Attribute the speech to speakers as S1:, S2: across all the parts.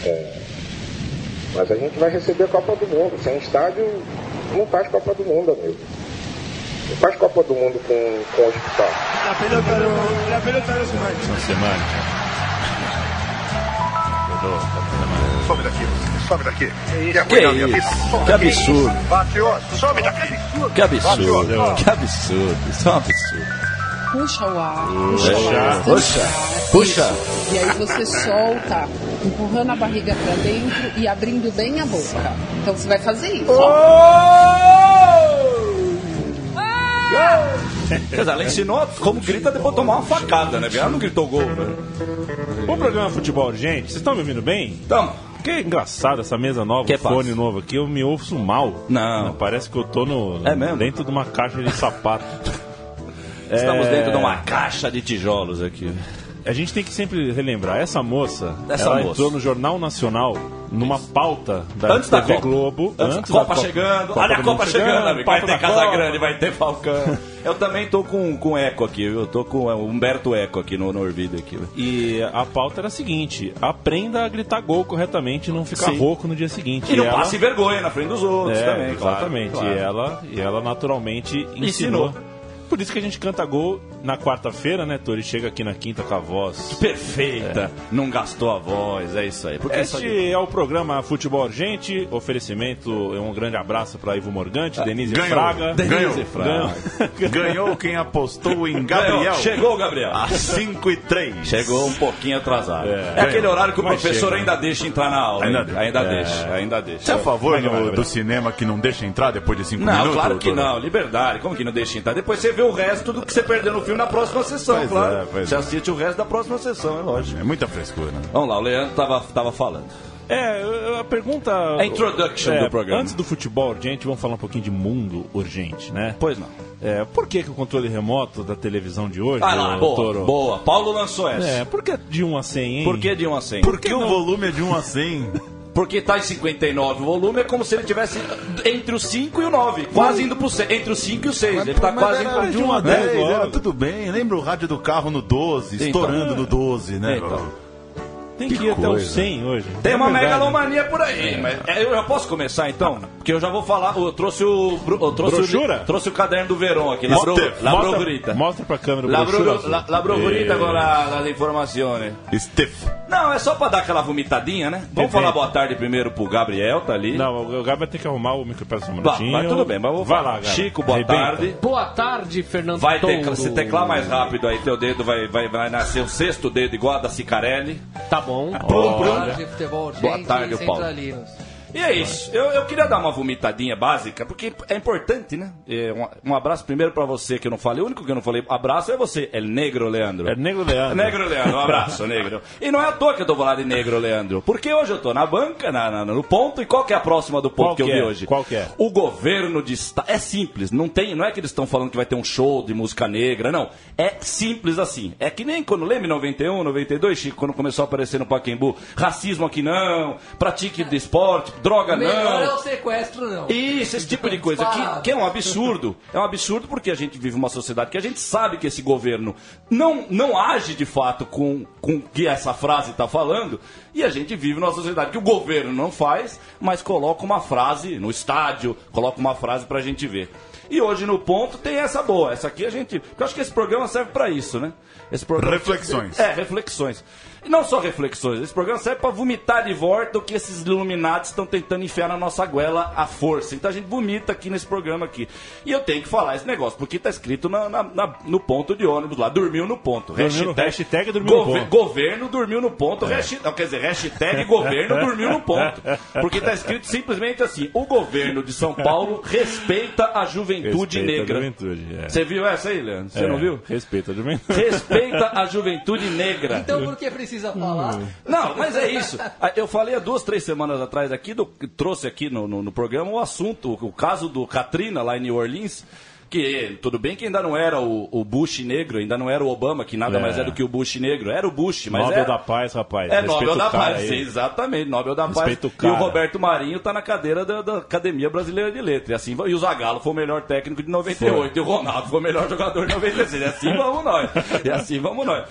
S1: Mas a gente vai receber a Copa do Mundo. Sem estádio, não faz Copa do Mundo, amigo. Não faz Copa do Mundo com hospital.
S2: La pelota no se mancha.
S3: Não se mancha.
S4: Sobe daqui, sobe daqui.
S3: Que isso? Que absurdo.
S4: Sobe daqui.
S3: Que absurdo. Que absurdo. Isso é um absurdo.
S5: Puxa o ar,
S3: puxa.
S5: E aí você solta, empurrando a barriga pra dentro e abrindo bem a boca. Então você vai fazer isso.
S3: Quer dizer, ela ensinou como grita depois de tomar uma facada, né? Ela não gritou gol, né?
S6: O programa Futebol Urgente, vocês estão me ouvindo bem?
S3: Tamo.
S6: Que engraçado essa mesa nova,
S3: Que
S6: fone
S3: passa?
S6: novo aqui, eu me ouço mal.
S3: Não.
S6: Parece que eu tô
S3: mesmo?
S6: dentro de uma caixa de sapato.
S3: Estamos dentro de uma caixa de tijolos aqui.
S6: A gente tem que sempre relembrar, essa moça,
S3: Essa
S6: ela
S3: moça.
S6: entrou no Jornal Nacional numa pauta da
S3: Antes da
S6: TV
S3: Copa.
S6: Globo.
S3: Antes da Copa chegando. Olha a Copa chegando, amigo. Vai ter Casagrande, vai ter Falcão. Eu também tô com eco aqui, viu? Eu tô com o Humberto Eco aqui no ouvido aqui.
S6: E a pauta era a seguinte: aprenda a gritar gol corretamente e não ficar
S3: Sim.
S6: rouco no dia seguinte.
S3: E não
S6: ela...
S3: passe vergonha na frente dos outros também,
S6: exatamente.
S3: Claro.
S6: E ela naturalmente ensinou. Por isso que a gente canta gol na quarta-feira, né, Tori? Chega aqui na quinta com a voz
S3: Perfeita. Não gastou a voz, é isso aí. Porque
S6: Este é o programa Futebol Urgente. Oferecimento, um grande abraço para Ivo Morgante, Denise Fraga.
S3: Denise Fraga.
S7: Ganhou quem apostou em Gabriel.
S3: Chegou o Gabriel.
S7: Às 5h03.
S3: Chegou um pouquinho atrasado. É aquele horário que o professor
S6: chega.
S3: ainda deixa entrar na aula. Ainda deixa.
S7: Você é a favor
S6: Vai, Gabriel.
S7: do cinema que não deixa entrar depois de 5
S3: Não,
S7: minutos?
S3: claro que
S7: doutor?
S3: não. Liberdade. Como que não deixa entrar? Depois você vê o resto do que você perdeu no filme na próxima sessão,
S7: Pois
S3: claro.
S7: é, pois
S3: Você
S7: é.
S3: assiste o resto da próxima sessão, é lógico.
S7: É muita frescura, né?
S3: Vamos lá, o Leandro tava falando.
S6: A pergunta...
S3: A introduction do programa.
S6: Antes do futebol urgente, vamos falar um pouquinho de mundo urgente, né?
S3: Pois não.
S6: Por que o controle remoto da televisão de hoje...
S3: Ah lá,
S6: Toro?
S3: boa. Paulo lançou essa.
S6: Por que de 1 a 100, hein?
S3: Por que de 1 a 100?
S7: Porque o volume é de 1 a 100.
S3: Porque tá em 59 o volume, é como se ele tivesse entre o 5 e o 9. Quase indo pro 6. Entre o 5 e o 6. Ele tá quase indo pro
S6: de 1 a 10
S7: era
S6: logo.
S7: tudo bem. Lembra o rádio do carro no 12,
S3: Então.
S7: estourando no 12, né?
S3: Então.
S6: Tem que ir até o 100 hoje.
S3: Tem uma
S6: verdade.
S3: megalomania por aí. Mas eu já posso começar então? Porque eu já vou falar. Eu trouxe o.
S6: Brochura?
S3: Trouxe o caderno do Verão aqui. La Brogurita.
S6: Mostra pra câmera o
S3: La
S6: brochura azul.
S3: Brogurita com as informações.
S7: Steph.
S3: Não, é só pra dar aquela vomitadinha, né? Vamos falar boa tarde primeiro pro Gabriel, tá ali.
S6: Não, o Gabi vai ter que arrumar o microfone um
S3: Vai,
S6: minutinho.
S3: tudo bem, mas vou
S6: vai
S3: falar.
S6: lá, Gabi.
S3: Chico, boa
S6: Arrebenta.
S3: tarde.
S8: Boa tarde, Fernando
S3: Vai
S8: Touro.
S3: se teclar mais rápido aí, teu dedo vai nascer o sexto dedo igual a da Cicarelli.
S8: Tá bom.
S3: Boa
S8: tarde, futebol urgente.
S3: Boa tarde,
S8: e
S3: Paulo.
S8: centralinos.
S3: E é isso. Eu queria dar uma vomitadinha básica, porque é importante, né? Um abraço primeiro pra você, que eu não falei. O único que eu não falei abraço é você. É Negro Leandro.
S6: É Negro Leandro.
S3: Negro Leandro, um abraço, Negro. E não é à toa que eu tô falando de Negro Leandro, porque hoje eu tô na banca, no ponto, e qual que é a próxima do ponto
S6: Qual
S3: que eu
S6: que
S3: vi
S6: é?
S3: hoje?
S6: Qual que é?
S3: O governo de estado. É simples, não é que eles estão falando que vai ter um show de música negra, não. É simples assim. É que nem quando lembra em 91, 92, Chico, quando começou a aparecer no Pacaembu, racismo aqui não, pratique de esporte, droga não.
S8: Não é o sequestro, não.
S3: Isso, esse tipo de coisa que é um absurdo. É um absurdo porque a gente vive uma sociedade que a gente sabe que esse governo não age de fato com que essa frase está falando, e a gente vive numa sociedade que o governo não faz, mas coloca uma frase no estádio, coloca uma frase pra gente ver. E hoje no ponto tem essa boa. Essa aqui a gente... Eu acho que esse programa serve pra isso, né? Esse programa...
S7: Reflexões.
S3: Reflexões. E não só reflexões. Esse programa serve pra vomitar de volta o que esses iluminados estão tentando enfiar na nossa goela à força. Então a gente vomita aqui nesse programa aqui. E eu tenho que falar esse negócio, porque tá escrito no ponto de ônibus lá. Dormiu no ponto.
S6: Hashtag dormiu no ponto.
S3: Governo dormiu no ponto. Hashtag governo dormiu no ponto. Porque tá escrito simplesmente assim: o governo de São Paulo respeita a juventude negra. Você viu essa aí, Leandro? Você não viu?
S6: Respeita a juventude.
S3: Respeita a juventude negra.
S8: Então por que precisa falar?
S3: Não, mas é isso. Eu falei há 2, 3 semanas atrás aqui, trouxe aqui no programa o assunto, o caso do Katrina lá em New Orleans, que tudo bem que ainda não era o Bush negro, ainda não era o Obama, que nada mais é do que o Bush negro. Era o Bush, mas
S6: Nobel da Paz, rapaz.
S3: É Nobel da Paz,
S6: aí.
S3: exatamente, Nobel da Paz.
S6: Respeita o
S3: E
S6: cara.
S3: o Roberto Marinho tá na cadeira da Academia Brasileira de Letras. E, assim, e o Zagallo foi o melhor técnico de 98. E o Ronaldo foi o melhor jogador de 96. E assim vamos nós. E assim vamos nós.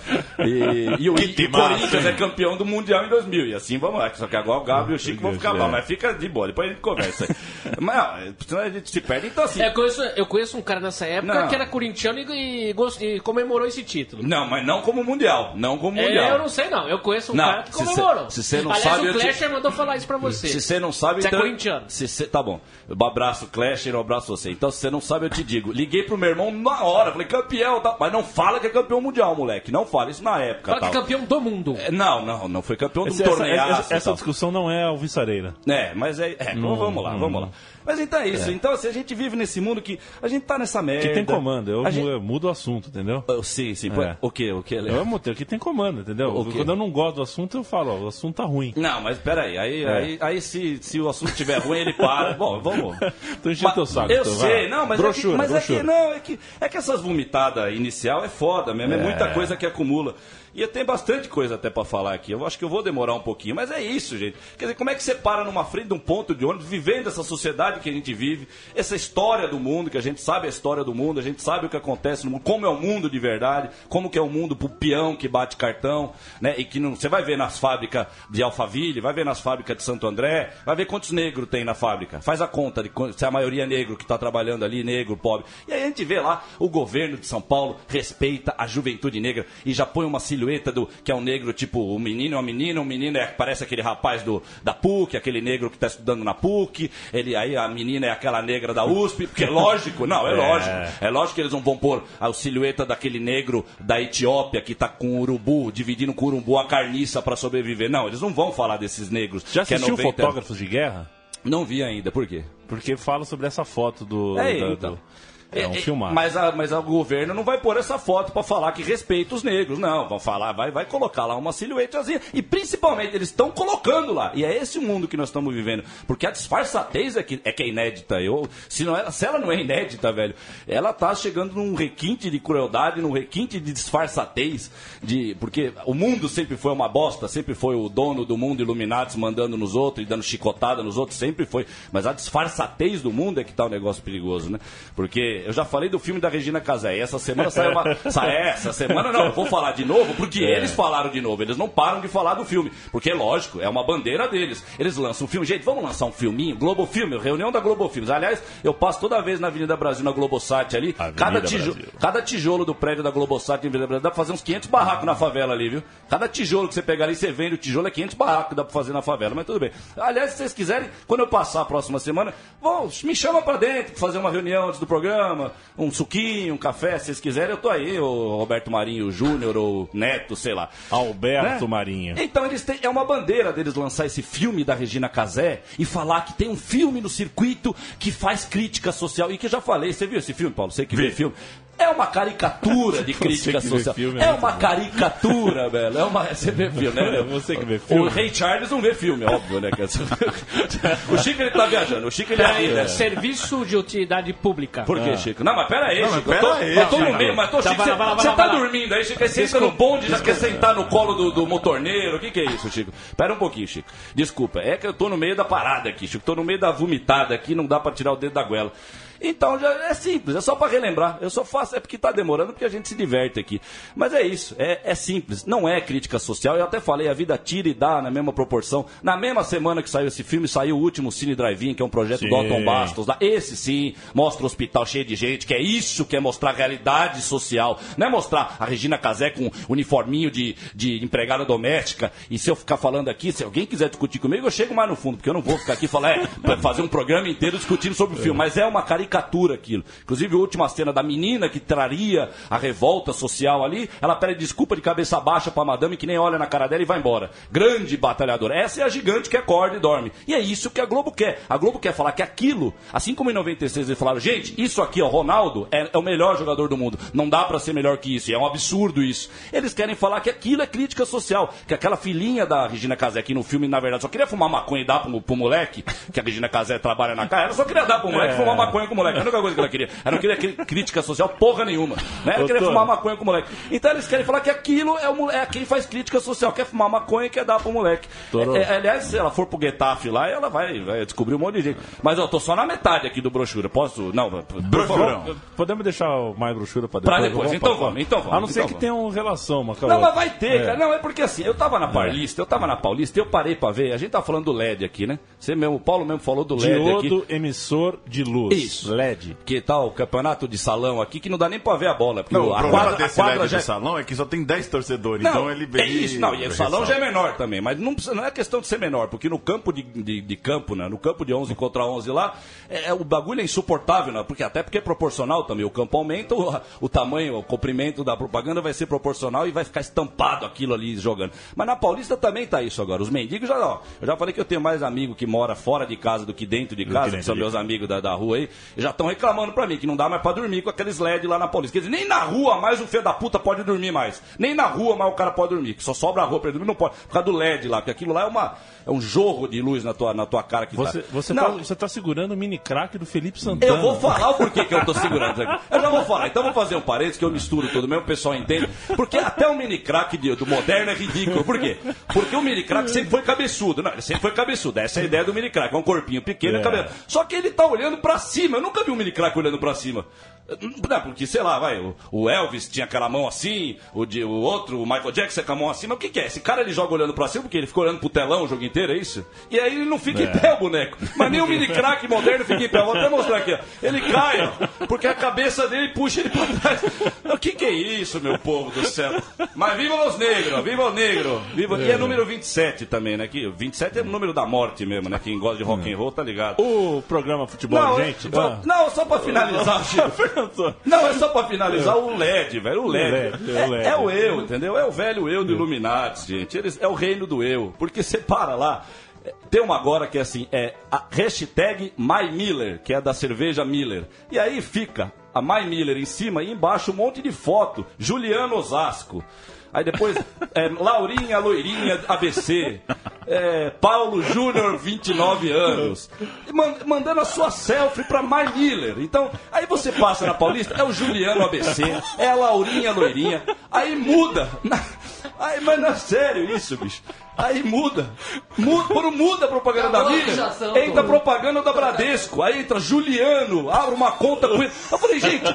S3: E o Corinthians é campeão do Mundial em 2000. E assim vamos lá. Só que agora o Gabriel e o Chico vão ficar mal. Mas fica de boa, depois a gente conversa. Mas não, senão a gente se perde. Então assim...
S9: Eu conheço um cara nessa época que era corintiano e comemorou esse título.
S3: Não, mas não como Mundial. Não como Mundial.
S9: Eu não sei não. Eu conheço um cara que comemorou.
S3: Se você não
S9: Aliás,
S3: sabe...
S9: o Clasher mandou falar isso pra você.
S3: Se você não sabe...
S9: Você
S3: então...
S9: é corintiano.
S3: Tá bom. Um abraço, Clasher, um abraço você. Então, se você não sabe, eu te digo. Liguei pro meu irmão na hora. Falei, campeão, tá? Mas não fala que é campeão mundial, moleque. Não fala isso na época.
S9: Fala que é campeão do mundo.
S3: Não foi campeão do torneio.
S6: Essa discussão não é alvissareira.
S3: Mas vamos lá. Mas então é isso. Então, assim, a gente vive nesse mundo que a gente tá nessa merda.
S6: Que tem comando. Eu mudo o assunto, entendeu?
S3: Sim.
S6: É.
S3: O quê?
S6: Aqui tem comando, entendeu? Quando eu não gosto do assunto, eu falo, ó, o assunto tá ruim.
S3: Não, mas peraí. Aí se o assunto estiver ruim, ele para. Bom, vamos.
S6: Tô enchendo teu saco.
S3: Eu sei, não, mas
S6: brochura.
S3: É que essas vomitadas inicial é foda mesmo. É muita coisa que acumula. E tem bastante coisa até pra falar aqui. Eu acho que eu vou demorar um pouquinho, mas é isso, gente. Quer dizer, como é que você para numa frente de um ponto de ônibus, vivendo essa sociedade que a gente vive, essa história do mundo, que a gente sabe a história do mundo, a gente sabe o que acontece no mundo, como é o mundo de verdade, como que é o mundo pro peão que bate cartão, né? E que não, você vai ver nas fábricas de Alphaville, vai ver nas fábricas de Santo André, vai ver quantos negros tem na fábrica. Faz a conta de se a maioria é negro que tá trabalhando ali, negro, pobre. E aí a gente vê lá, o governo de São Paulo respeita a juventude negra e já põe uma silhueta que é um negro, tipo, um menino é uma menina, um menino parece aquele rapaz da PUC, aquele negro que está estudando na PUC, aí a menina é aquela negra da USP, porque é lógico, é lógico que eles não vão pôr a silhueta daquele negro da Etiópia que está com o urubu, dividindo com o urubu a carniça para sobreviver. Não, eles não vão falar desses negros.
S6: Já assistiu Fotógrafos de Guerra?
S3: Não vi ainda, por quê?
S6: Porque fala sobre essa foto do... É um filmado.
S3: Mas o governo não vai pôr essa foto pra falar que respeita os negros. Não, vão falar, vai colocar lá uma silhuetazinha. E principalmente, eles estão colocando lá. E é esse o mundo que nós estamos vivendo. Porque a disfarçatez é que é inédita. Se ela não é inédita, velho, ela tá chegando num requinte de crueldade, num requinte de disfarçatez. Porque o mundo sempre foi uma bosta, sempre foi o dono do mundo Illuminati mandando nos outros e dando chicotada nos outros, sempre foi. Mas a disfarçatez do mundo é que tá um negócio perigoso, né? Porque eu já falei do filme da Regina Casé. E essa semana saiu essa semana não, eu vou falar de novo, porque eles falaram de novo. Eles não param de falar do filme. Porque é lógico, é uma bandeira deles. Eles lançam um filme. Gente, vamos lançar um filminho? Globo Filme, reunião da Globo Filmes. Aliás, eu passo toda vez na Avenida Brasil, na Globosat ali. Cada tijolo do prédio da Globosat em Avenida Brasil dá pra fazer uns 500 barracos na favela ali, viu? Cada tijolo que você pegar ali, você vende o tijolo, é 500 barracos que dá pra fazer na favela. Mas tudo bem. Aliás, se vocês quiserem, quando eu passar a próxima semana, me chama pra dentro, fazer uma reunião antes do programa, um suquinho, um café, se vocês quiserem, eu tô aí, o Roberto Marinho Júnior, ou Neto, sei lá.
S6: Alberto Marinho.
S3: Então, é uma bandeira deles lançar esse filme da Regina Casé e falar que tem um filme no circuito que faz crítica social. E que eu já falei, você viu esse filme, Paulo? Você que viu o filme? É uma caricatura de crítica social. É uma caricatura, velho. Você vê filme, né?
S6: Você que vê filme.
S3: O Ray Charles não vê filme, óbvio, né? O Chico, ele tá viajando. O Chico, ele é
S9: Serviço de utilidade pública.
S3: Por que, Chico? Não, mas pera aí, Chico. Eu tô no meio, mas Chico, você tá dormindo aí, Chico. Aí você entra no bonde e já quer sentar no colo do motorneiro. O que é isso, Chico? Pera um pouquinho, Chico. Desculpa, é que eu tô no meio da parada aqui, Chico. Tô no meio da vomitada aqui, não dá pra tirar o dedo da goela. Então, já é simples, é só para relembrar. Eu só faço, é porque tá demorando, porque a gente se diverte aqui. Mas é isso, é simples, não é crítica social. Eu até falei, a vida tira e dá na mesma proporção. Na mesma semana que saiu esse filme, saiu o último Cine Drive-In, que é um projeto do Otton Bastos. Esse sim, mostra o hospital cheio de gente, que é isso que é mostrar a realidade social. Não é mostrar a Regina Casé com uniforminho de empregada doméstica. E se eu ficar falando aqui, se alguém quiser discutir comigo, eu chego mais no fundo, porque eu não vou ficar aqui e falar, fazer um programa inteiro discutindo sobre o filme. Mas é uma caricatura aquilo. Inclusive, a última cena da menina que traria a revolta social ali, ela pede desculpa de cabeça baixa pra madame, que nem olha na cara dela e vai embora. Grande batalhadora. Essa é a gigante que acorda e dorme. E é isso que a Globo quer. A Globo quer falar que aquilo, assim como em 96 eles falaram, gente, isso aqui, ó, Ronaldo é o melhor jogador do mundo. Não dá pra ser melhor que isso. E é um absurdo isso. Eles querem falar que aquilo é crítica social. Que aquela filhinha da Regina Casé aqui no filme, na verdade, só queria fumar maconha e dar pro moleque, que a Regina Casé trabalha na casa, ela só queria dar pro moleque fumar maconha com o moleque. A única coisa que ela queria. Ela não queria crítica social porra nenhuma. Né? Ela queria fumar maconha com o moleque. Então eles querem falar que aquilo é quem faz crítica social. Quer fumar maconha e quer dar pro moleque. Aliás, se ela for pro Getafe lá, ela vai descobrir um monte de gente. Mas eu tô só na metade aqui do brochura. Posso? Não, por favor.
S6: Podemos deixar mais brochura pra depois?
S3: Pra depois. Então vamos.
S6: A não ser que tenha uma relação, uma
S3: Não, mas vai ter, cara. Não, é porque assim, eu tava na Paulista, eu parei pra ver. A gente tá falando do LED aqui, né? O Paulo mesmo falou do LED aqui.
S6: Diodo emissor de luz.
S3: Isso.
S6: LED.
S3: Que tal o campeonato de salão aqui, que não dá nem pra ver a bola. Porque
S7: Não, o problema desse LED
S3: já...
S7: de salão é que só tem 10 torcedores,
S3: não,
S7: então ele vem...
S3: É isso, não, e o salão já é menor também, mas não é questão de ser menor, porque no campo de campo, né? No campo de 11 contra 11 lá, o bagulho é insuportável, né? Porque é proporcional também. O campo aumenta, o tamanho, o comprimento da propaganda vai ser proporcional e vai ficar estampado aquilo ali jogando. Mas na Paulista também tá isso agora. Os mendigos eu já falei que eu tenho mais amigo que mora fora de casa do que dentro de casa, que são meus amigos da rua aí, já estão reclamando pra mim que não dá mais pra dormir com aqueles LED lá na Paulista. Quer dizer, nem na rua mais o filho da puta pode dormir mais. Nem na rua mais o cara pode dormir, que só sobra a rua pra ele dormir, não pode. Por causa do LED lá, porque aquilo lá é um jorro de luz na tua cara que
S6: Você tá segurando o mini crack do Felipe Santana.
S3: Eu vou falar o porquê que eu tô segurando isso aqui. Eu já vou falar. Então vou fazer um parênteses que eu misturo tudo, mesmo o pessoal entende. Porque até o mini crack do moderno é ridículo. Por quê? Porque o mini crack sempre foi cabeçudo. Não, ele sempre foi cabeçudo. Essa é a ideia do mini crack. É um corpinho pequeno e cabeçudo. Só que ele tá olhando pra cima. Eu nunca vi um mini crack olhando pra cima. Não, porque, sei lá, o Elvis tinha aquela mão assim, o outro, o Michael Jackson com a mão assim, mas o que é? Esse cara ele joga olhando pra cima porque ele fica olhando pro telão o jogo inteiro, é isso? E aí ele não fica em pé, o boneco. Mas nem o mini crack moderno fica em pé. Vou até mostrar aqui, ó. Ele cai, ó, porque a cabeça dele puxa ele pra trás. O que é isso, meu povo do céu? Mas viva os negros, viva o negro. E é número 27 também, né? Que 27 é o número da morte mesmo, né? Quem gosta de rock and roll tá ligado.
S6: O programa Futebol, gente.
S3: Não, só pra finalizar, Chico. Não, é só pra finalizar o LED, velho. O LED. É o eu, entendeu? É o velho eu do Illuminati, gente. É o reino do eu. Porque você para lá. Tem uma agora que é assim, a hashtag MyMiller, que é da cerveja Miller. E aí fica a MyMiller em cima e embaixo um monte de foto. Juliano Osasco. Aí depois, Laurinha Loirinha ABC, Paulo Júnior, 29 anos, mandando a sua selfie pra My Miller. Então, aí você passa na Paulista, é o Juliano ABC, é a Laurinha Loirinha, aí muda. Aí, mas não é sério isso, bicho. Aí muda a propaganda da Miller, entra a propaganda da Bradesco, aí entra Juliano, abre uma conta com ele. Eu falei, gente...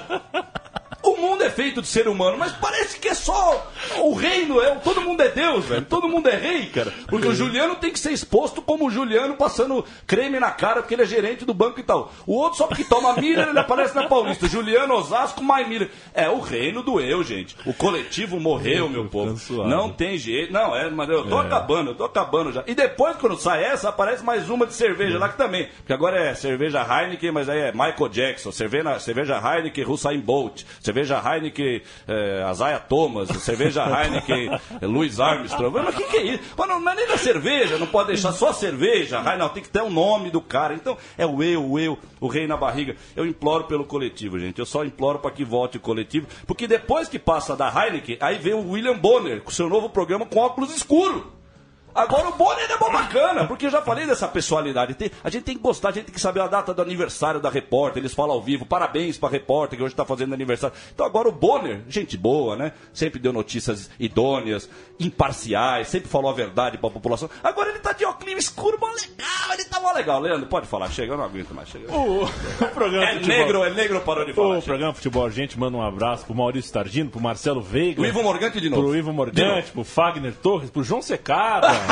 S3: O mundo é feito de ser humano, mas parece que é só o reino, todo mundo é Deus, velho. Todo mundo é rei, cara. Porque o Juliano tem que ser exposto como o Juliano passando creme na cara porque ele é gerente do banco e tal. O outro só porque toma Miller, ele aparece na Paulista. Juliano Osasco, My Miller. É o reino do eu, gente. O coletivo morreu, meu povo. Não tem jeito. Não, mas eu tô acabando já. E depois, quando sai essa, aparece mais uma de cerveja lá que também. Porque agora é cerveja Heineken, mas aí é Michael Jackson. Cerveja Heineken, Usain Bolt. Cerveja Heineken, Isaiah Thomas, cerveja Heineken, Louis Armstrong. Mas o que é isso? Mas não é nem da cerveja, não pode deixar só cerveja. Não, tem que ter o nome do cara. Então, é o eu, o rei na barriga. Eu imploro pelo coletivo, gente. Eu só imploro para que volte o coletivo. Porque depois que passa da Heineken, aí vem o William Bonner com seu novo programa com óculos escuros. Agora o Bonner é bom bacana, porque eu já falei dessa pessoalidade. A gente tem que gostar, a gente tem que saber a data do aniversário da repórter. Eles falam ao vivo, parabéns pra repórter que hoje tá fazendo aniversário. Então agora o Bonner, gente boa, né? Sempre deu notícias idôneas, imparciais, sempre falou a verdade pra população. Agora ele tá de óculos escuro, mó legal, ele tá mó legal. Leandro, pode falar, chega, eu não aguento mais. Chega.
S6: O programa
S3: é negro, parou de falar.
S6: O programa Futebol, gente, manda um abraço pro Maurício Tardino, pro Marcelo Veiga.
S3: O Ivo Morgante de novo.
S6: Pro Ivo Morgante, pro Fagner Torres, pro João Secada.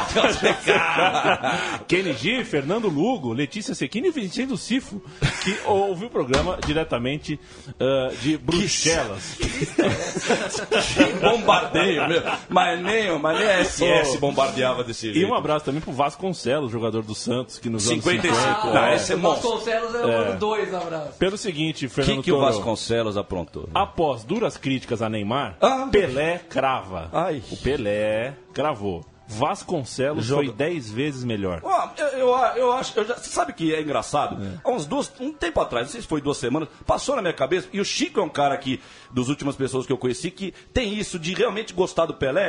S6: Kenny G, Fernando Lugo, Letícia Sequini e Vincenzo Sifo, que ouviu o programa diretamente de Bruxelas.
S3: Que bombardeio, meu. Mas nem a SS bombardeava desse jeito.
S6: E um abraço também pro Vasconcelos, jogador do Santos, que nos anos
S3: 55.
S8: Esse é Vasconcelos é o ano 2, abraço.
S6: Pelo seguinte, Fernando
S3: que o Vasconcelos aprontou?
S6: Após duras críticas a Neymar, Pelé crava. O Pelé cravou. Vasconcelos foi 10 vezes melhor.
S3: Eu acho. Você sabe que é engraçado? Há um tempo atrás, não sei se foi 2 semanas, passou na minha cabeça. E o Chico é um cara das últimas pessoas que eu conheci, que tem isso de realmente gostar do Pelé.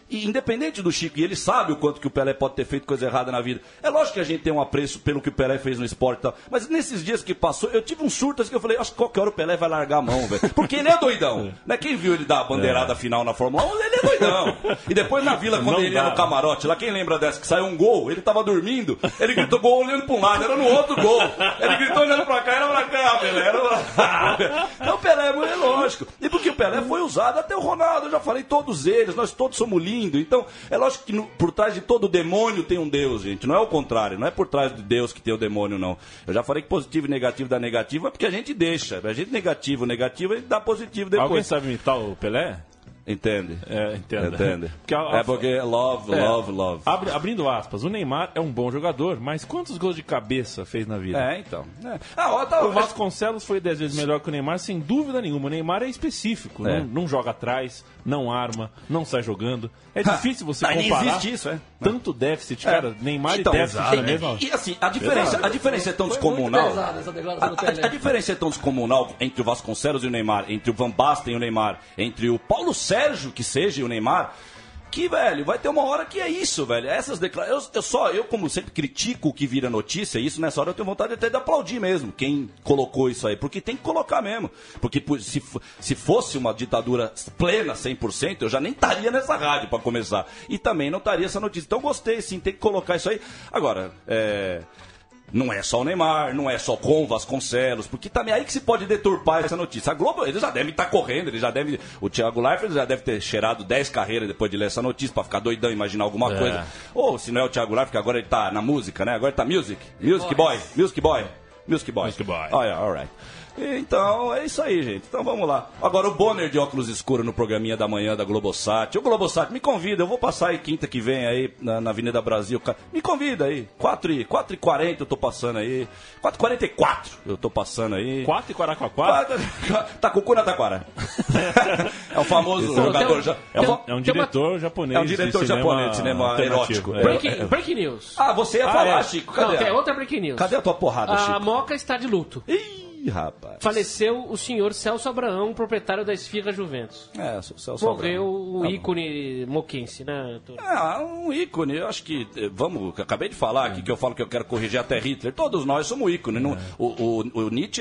S3: E independente do Chico, e ele sabe o quanto que o Pelé pode ter feito coisa errada na vida. É lógico que a gente tem um apreço pelo que o Pelé fez no esporte e tal. Mas nesses dias que passou, eu tive um surto assim que eu falei, acho que qualquer hora o Pelé vai largar a mão, velho. Porque ele é doidão. Né? Quem viu ele dar a bandeirada final na Fórmula 1, ele é doidão. E depois na Vila, quando ele ia no camarote, lá quem lembra dessa, que saiu um gol, ele tava dormindo, ele gritou gol olhando pra um lado, era no outro gol. Ele gritou olhando pra cá, era pra cá, Pelé. Então o Pelé é lógico. E porque o Pelé foi usado, até o Ronaldo, eu já falei, todos eles, nós todos somos lindos. Então, é lógico que por trás de todo demônio tem um Deus, gente. Não é o contrário, não é por trás de Deus que tem o demônio, não. Eu já falei que positivo e negativo dá negativo, é porque a gente deixa. A gente negativo, e dá positivo depois.
S6: Alguém sabe imitar o Pelé?
S3: Entende?
S6: Entende.
S3: Porque love.
S6: Abrindo aspas, o Neymar é um bom jogador, mas quantos gols de cabeça fez na vida?
S3: Então.
S6: O Vasconcelos foi 10 vezes melhor que o Neymar, sem dúvida nenhuma. O Neymar é específico, não joga atrás, não arma, não sai jogando. É difícil você comparar.
S3: Nem existe isso,
S6: tanto déficit, cara. Neymar
S3: então,
S6: e déficit na mesma.
S3: E assim, a diferença é tão descomunal. A diferença é tão descomunal entre o Vasconcelos e o Neymar, entre o Van Basten e o Neymar, entre o Paulo Sérgio, que seja, e o Neymar, que, velho, vai ter uma hora que é isso, velho. Essas declarações. Eu, como sempre, critico o que vira notícia, isso nessa hora eu tenho vontade até de aplaudir mesmo quem colocou isso aí, porque tem que colocar mesmo. Porque se fosse uma ditadura plena, 100%, eu já nem estaria nessa rádio pra começar. E também não estaria essa notícia. Então gostei, sim, tem que colocar isso aí. Agora, não é só o Neymar, não é só com o Vasconcelos, porque também é aí que se pode deturpar essa notícia. A Globo, eles já devem estar correndo, o Thiago Leifert já deve ter cheirado 10 carreiras depois de ler essa notícia, pra ficar doidão, imaginar alguma coisa. Ou se não é o Thiago Leifert, que agora ele tá na música, né? Agora ele tá Music Boy. Oh, yeah, all right. Então, é isso aí, gente. Então, vamos lá. Agora, o Bonner de óculos escuros no programinha da manhã da Globosat. O Globosat, me convida. Eu vou passar aí quinta que vem aí na Avenida Brasil. Me convida aí. 4h40 eu tô passando aí. 4h44 eu tô passando aí.
S6: 4h44?
S3: Tá com o cu na taquara. É o famoso jogador.
S6: É um diretor japonês.
S3: É um diretor japonês de cinema erótico.
S9: Breaking news.
S3: Você ia falar, Chico. Cadê?
S9: Não, tem outra breaking news.
S3: Cadê a tua porrada, Chico?
S9: A Moca está de luto.
S3: Ih, rapaz.
S9: Faleceu o senhor Celso Abraão, proprietário da Esfirra Juventus.
S3: O Celso
S9: Morreu
S3: Abraão.
S9: o ícone moquense, né?
S3: Um ícone. Eu acho que, acabei de falar aqui que eu falo que eu quero corrigir até Hitler. Todos nós somos ícone. O Nietzsche,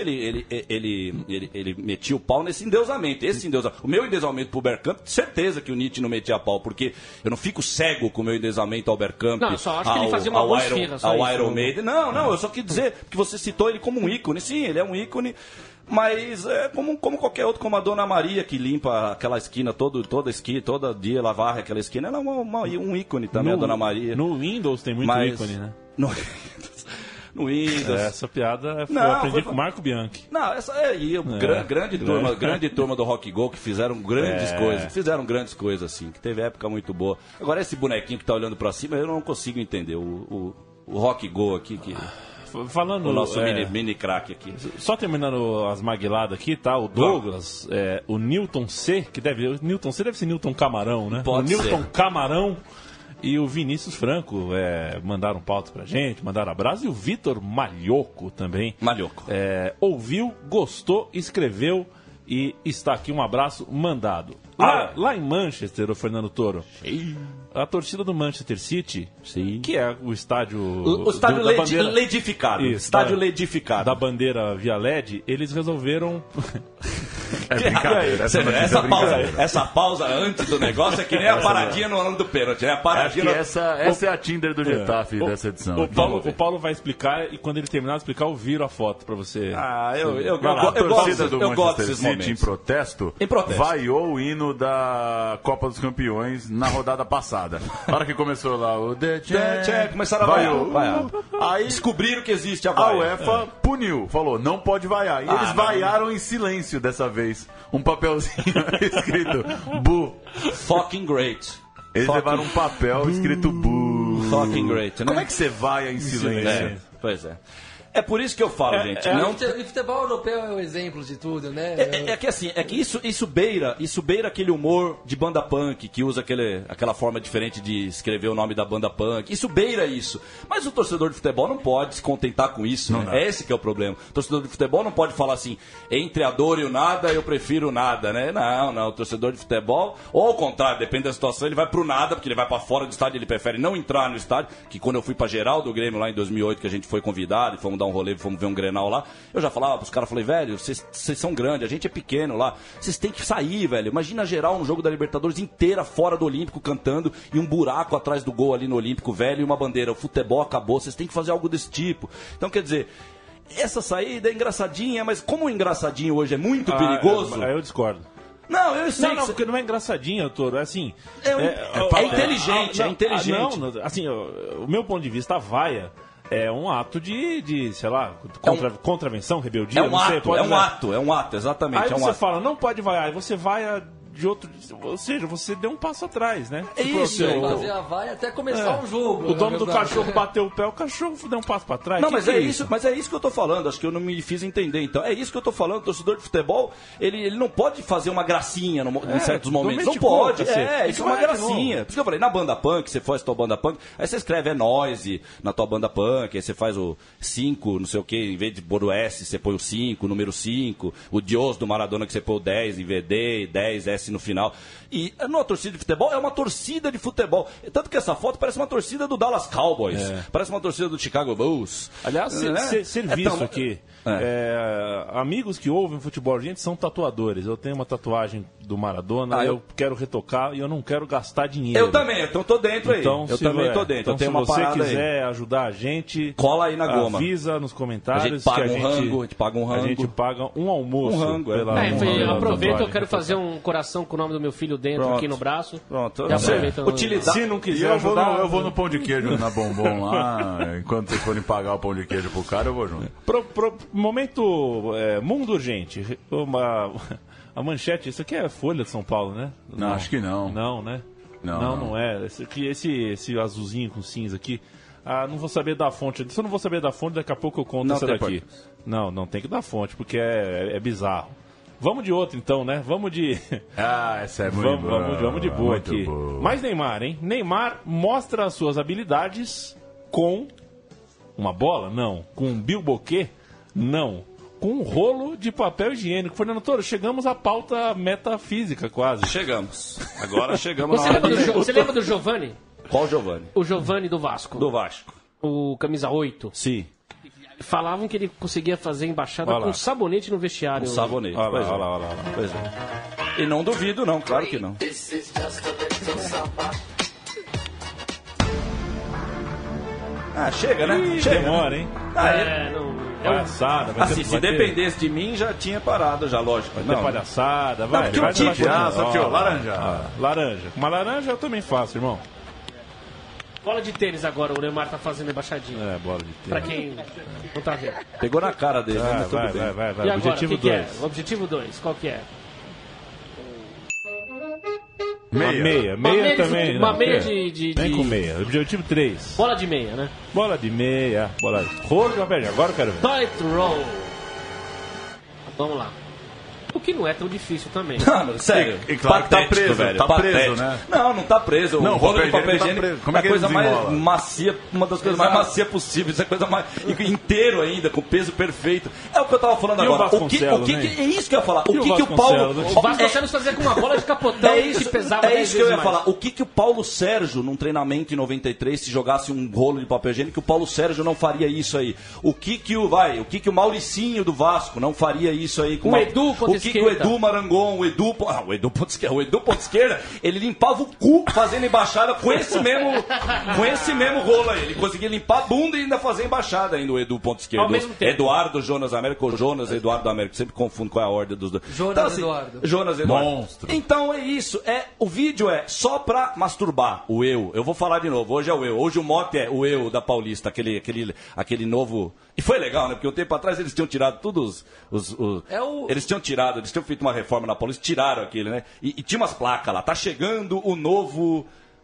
S3: ele metia o pau nesse endeusamento. O meu endeusamento pro Bergkamp, certeza que o Nietzsche não metia pau, porque eu não fico cego com o meu endeusamento ao Bergkamp.
S9: Não, eu só acho que ele fazia uma boa esfirra.
S3: Ao Iron Maiden. Não, eu só quis dizer que você citou ele como um ícone. Sim, ele é um ícone, mas é como qualquer outro, como a Dona Maria, que limpa aquela esquina todo dia, ela varre aquela esquina. Ela é um ícone também, a Dona Maria.
S6: No Windows tem muito ícone, né?
S3: No Windows.
S6: Essa piada eu aprendi com o Marco Bianchi.
S3: Não, essa grande turma do Rock Go, que fizeram grandes coisas, assim, que teve época muito boa. Agora esse bonequinho que tá olhando pra cima, eu não consigo entender. O Rock Go aqui, que...
S6: Falando,
S3: o nosso mini craque aqui.
S6: Só terminando as maguiladas aqui, tá? O Douglas, o Newton C, o Newton C deve ser Newton Camarão, né?
S3: Pode ser.
S6: Newton Camarão e o Vinícius Franco mandaram pautas pra gente, mandaram abraço. E o Vitor Malhoco também. Ouviu, gostou, escreveu e está aqui um abraço mandado. Lá em Manchester, o Fernando Toro, a torcida do Manchester City, que é o estádio...
S3: O estádio ledificado.
S6: Estádio ledificado. Da bandeira via LED, eles resolveram...
S7: brincadeira.
S3: Essa pausa antes do negócio é que nem a paradinha no ano do pênalti, né?
S7: Essa é a Tinder do Getafe dessa edição.
S6: O Paulo vai explicar e quando ele terminar de explicar, eu viro a foto pra você.
S7: A torcida do Manchester City em protesto vaiou o hino da Copa dos Campeões na rodada passada. Na hora que começou lá o
S3: começaram a vaiar.
S7: Aí
S3: descobriram que existe a vaia.
S7: A UEFA puniu, falou, não pode vaiar. E eles vaiaram em silêncio dessa vez. Um papelzinho escrito Boo.
S3: Fucking great.
S7: Eles levaram um papel escrito Boo.
S3: Fucking great, né?
S7: Como é que você vaia em silêncio?
S3: Pois é. É por isso que eu falo, gente.
S8: O futebol europeu é o exemplo de tudo, né?
S3: É que isso beira aquele humor de banda punk, que usa aquela forma diferente de escrever o nome da banda punk. Isso beira isso. Mas o torcedor de futebol não pode se contentar com isso. É esse que é o problema. O torcedor de futebol não pode falar assim, entre a dor e o nada, eu prefiro nada, né? Não. O torcedor de futebol, ou ao contrário, depende da situação, ele vai pro nada, porque ele vai pra fora do estádio, ele prefere não entrar no estádio, que quando eu fui pra geral do Grêmio lá em 2008, que a gente foi convidado e fomos dar um rolê, fomos ver um Grenal lá, eu já falava pros caras, falei, velho, vocês são grandes, a gente é pequeno lá, vocês têm que sair, velho. Imagina a geral no jogo da Libertadores inteira fora do Olímpico cantando e um buraco atrás do gol ali no Olímpico, velho, e uma bandeira. O futebol acabou, vocês têm que fazer algo desse tipo. Então, quer dizer, essa saída é engraçadinha, mas como o engraçadinho hoje é muito perigoso...
S6: Aí eu discordo.
S3: Não, eu sei.
S6: Não, porque não é engraçadinho, Toro. É assim.
S3: É inteligente, é inteligente.
S6: Não, assim, o meu ponto de vista, a vaia é um ato de sei lá, contravenção, rebeldia.
S3: É um ato, exatamente.
S6: Aí você fala, não pode vaiar, aí você vaia de outro. Ou seja, você deu um passo atrás, né?
S8: Isso. Fazer a vaia até começar um jogo.
S6: O dono do cachorro bateu o pé, o cachorro deu um passo pra trás.
S3: Não, mas é isso que eu tô falando. Acho que eu não me fiz entender. Então, é isso que eu tô falando. O torcedor de futebol, ele não pode fazer uma gracinha em certos momentos. Não pode. Isso é uma gracinha. Por isso que eu falei, na banda punk, você faz a tua banda punk, aí você escreve noise na tua banda punk, aí você faz o 5, não sei o que, em vez de pôr o S, você põe o 5, o número 5, o Dios do Maradona que você põe o 10 em vez de 10, S no final. E não é uma torcida de futebol, é uma torcida de futebol. Tanto que essa foto parece uma torcida do Dallas Cowboys, parece uma torcida do Chicago Bulls.
S6: Aliás, serviço aqui. Amigos que ouvem futebol, gente, são tatuadores. Eu tenho uma tatuagem do Maradona, eu quero retocar e eu não quero gastar dinheiro.
S3: Eu também, então tô dentro aí. Eu também tô dentro.
S6: Então, se você quiser ajudar a gente,
S3: cola aí na goma.
S6: Avisa nos comentários.
S3: A gente paga um rango.
S6: A gente paga um almoço.
S9: Aproveita, eu quero fazer um coração com o nome do meu filho dentro aqui no braço.
S3: Pronto.
S6: Se não quiser ajudar,
S7: eu vou no pão de queijo na Bombom lá. Enquanto vocês forem pagar o pão de queijo pro cara, eu vou junto.
S6: Momento mundo urgente. A manchete, isso aqui é Folha de São Paulo, né?
S7: Não, acho que não.
S6: Não, né? Não é. Esse azulzinho com cinza aqui. Não vou saber da fonte. Se eu não vou saber da fonte, daqui a pouco eu conto essa daqui. Não tem que dar fonte, porque é bizarro. Vamos de outro então, né? Vamos de...
S7: essa é muito boa.
S6: Vamos de boa aqui. Boa. Mas Neymar, hein? Neymar mostra as suas habilidades com uma bola? Não. Com um bilboquê? Não. Com um rolo de papel higiênico. Fernando Toro, chegamos à pauta metafísica quase.
S3: Chegamos. Agora chegamos
S9: Você lembra do Giovani?
S3: Qual Giovani?
S9: O Giovani do Vasco.
S3: Do Vasco.
S9: O camisa 8.
S3: Sim.
S9: Falavam que ele conseguia fazer embaixada com sabonete no vestiário.
S3: Com sabonete. Olha lá. Pois é. E não duvido, não. Claro que não. Chega, né? Chega.
S6: Demora, hein? Palhaçada.
S3: Assim, se dependesse de mim, já tinha parado, já, lógico.
S6: Não, palhaçada, vai. Laranja. Uma laranja eu também faço, irmão.
S9: Bola de tênis agora, o Neymar tá fazendo embaixadinha.
S6: Bola de tênis.
S9: Pra quem não tá vendo.
S3: Pegou na cara dele, né?
S6: Vai.
S9: E agora, objetivo 2. Objetivo 2, qual que é?
S6: Meia também.
S9: Uma meia de...
S6: Vem com meia. Objetivo 3.
S9: Bola de meia, né?
S6: Bola de meia. Rolo de papel. Agora eu quero ver.
S9: Toilet roll. Vamos lá. O que não é tão difícil também.
S3: Não, sério.
S7: E claro que tá preso, velho. Tá preso, né?
S3: Não tá preso. O rolo de papel higiênico
S7: como é a coisa
S3: mais macia, uma das coisas mais macias possíveis. É a coisa mais... inteiro ainda, com peso perfeito. É o que eu tava falando agora. É isso que eu ia falar. O que o Paulo...
S9: O Vasconcelos fazia com uma bola de capotão que pesava 10 vezes mais. É isso que eu ia falar.
S3: O que o Paulo Sérgio, num treinamento em 93, se jogasse um rolo de papel higiênico, o Paulo Sérgio não faria isso aí. O que o Mauricinho do Vasco não faria isso aí com
S9: o Edu contra
S3: o Edu Marangon, o Edu ponto esquerda, ele limpava o cu fazendo embaixada com esse mesmo rolo aí. Ele conseguia limpar a bunda e ainda fazer embaixada ainda, o Edu ponto esquerda.
S9: Ao mesmo tempo.
S3: Eduardo Jonas Américo, ou Jonas Eduardo Américo, sempre confundo qual é a ordem dos dois. Jonas Eduardo. Monstro. Então é isso, o vídeo é só pra masturbar, o eu. Eu vou falar de novo, hoje é o eu. Hoje o mote é o eu da Paulista, aquele novo... E foi legal, né? Porque um tempo atrás eles tinham tirado todos Eles tinham feito uma reforma na Paulista, tiraram aquele, né? E tinha umas placas lá. Tá chegando o novo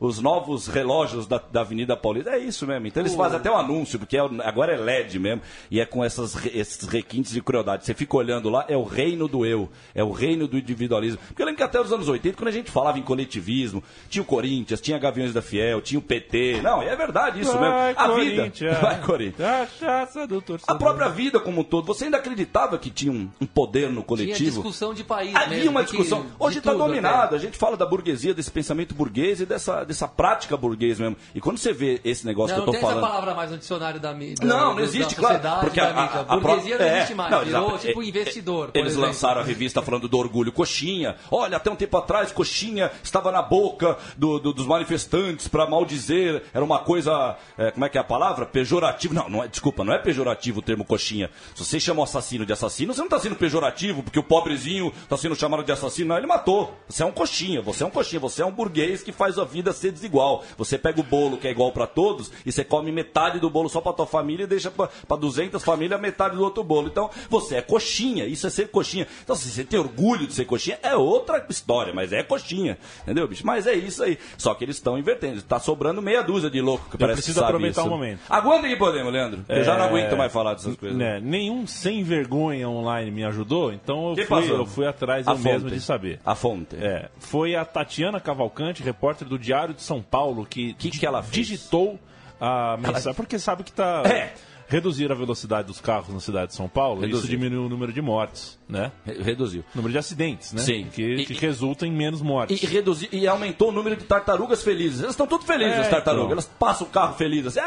S3: os novos relógios da Avenida Paulista. É isso mesmo. Então eles fazem até um anúncio, porque agora é LED mesmo, e é com esses requintes de crueldade. Você fica olhando lá, é o reino do eu, é o reino do individualismo. Porque eu lembro que até os anos 80, quando a gente falava em coletivismo, tinha o Corinthians, tinha Gaviões da Fiel, tinha o PT. Não, é verdade isso mesmo. A vida. Vai, Corinthians. A própria vida como um todo. Você ainda acreditava que tinha um poder no coletivo?
S8: Tinha discussão de país.
S3: Havia uma discussão. Hoje está dominado. A gente fala da burguesia, desse pensamento burguês e dessa prática burguês mesmo. E quando você vê esse negócio que eu tô falando...
S8: Não tem essa palavra mais no dicionário da mídia.
S3: Não existe, claro. Porque
S8: a burguesia não existe mais. Virou tipo investidor.
S3: Eles lançaram a revista falando do orgulho coxinha. Olha, até um tempo atrás, coxinha estava na boca dos manifestantes para maldizer. Era uma coisa... como é que é a palavra? Pejorativo. Desculpa, não é pejorativo o termo coxinha. Se você chama o assassino de assassino, você não está sendo pejorativo, porque o pobrezinho está sendo chamado de assassino. Não, ele matou. Você é um coxinha, você é um burguês que faz a vida ser desigual. Você pega o bolo que é igual para todos e você come metade do bolo só para tua família e deixa para 200 famílias metade do outro bolo. Então, você é coxinha, isso é ser coxinha. Então, se você tem orgulho de ser coxinha, é outra história, mas é coxinha. Entendeu, bicho? Mas é isso aí. Só que eles estão invertendo. Está sobrando meia dúzia de louco que parece que sabe
S6: aproveitar
S3: isso.
S6: O momento.
S3: Aguenta que podemos, Leandro. Eu já não aguento mais falar dessas coisas.
S6: Nenhum sem vergonha online me ajudou, então eu fui atrás mesmo de saber.
S3: A fonte.
S6: Foi a Tatiana Cavalcante, repórter do Diário de São Paulo, que ela digitou a mensagem, porque sabe que está... Reduzir a velocidade dos carros na cidade de São Paulo, isso diminuiu o número de mortes, né?
S3: Reduziu.
S6: O número de acidentes, né?
S3: Sim.
S6: Que resulta em menos mortes.
S3: E aumentou o número de tartarugas felizes. Elas estão tudo felizes, as tartarugas. Então. Elas passam o carro feliz assim.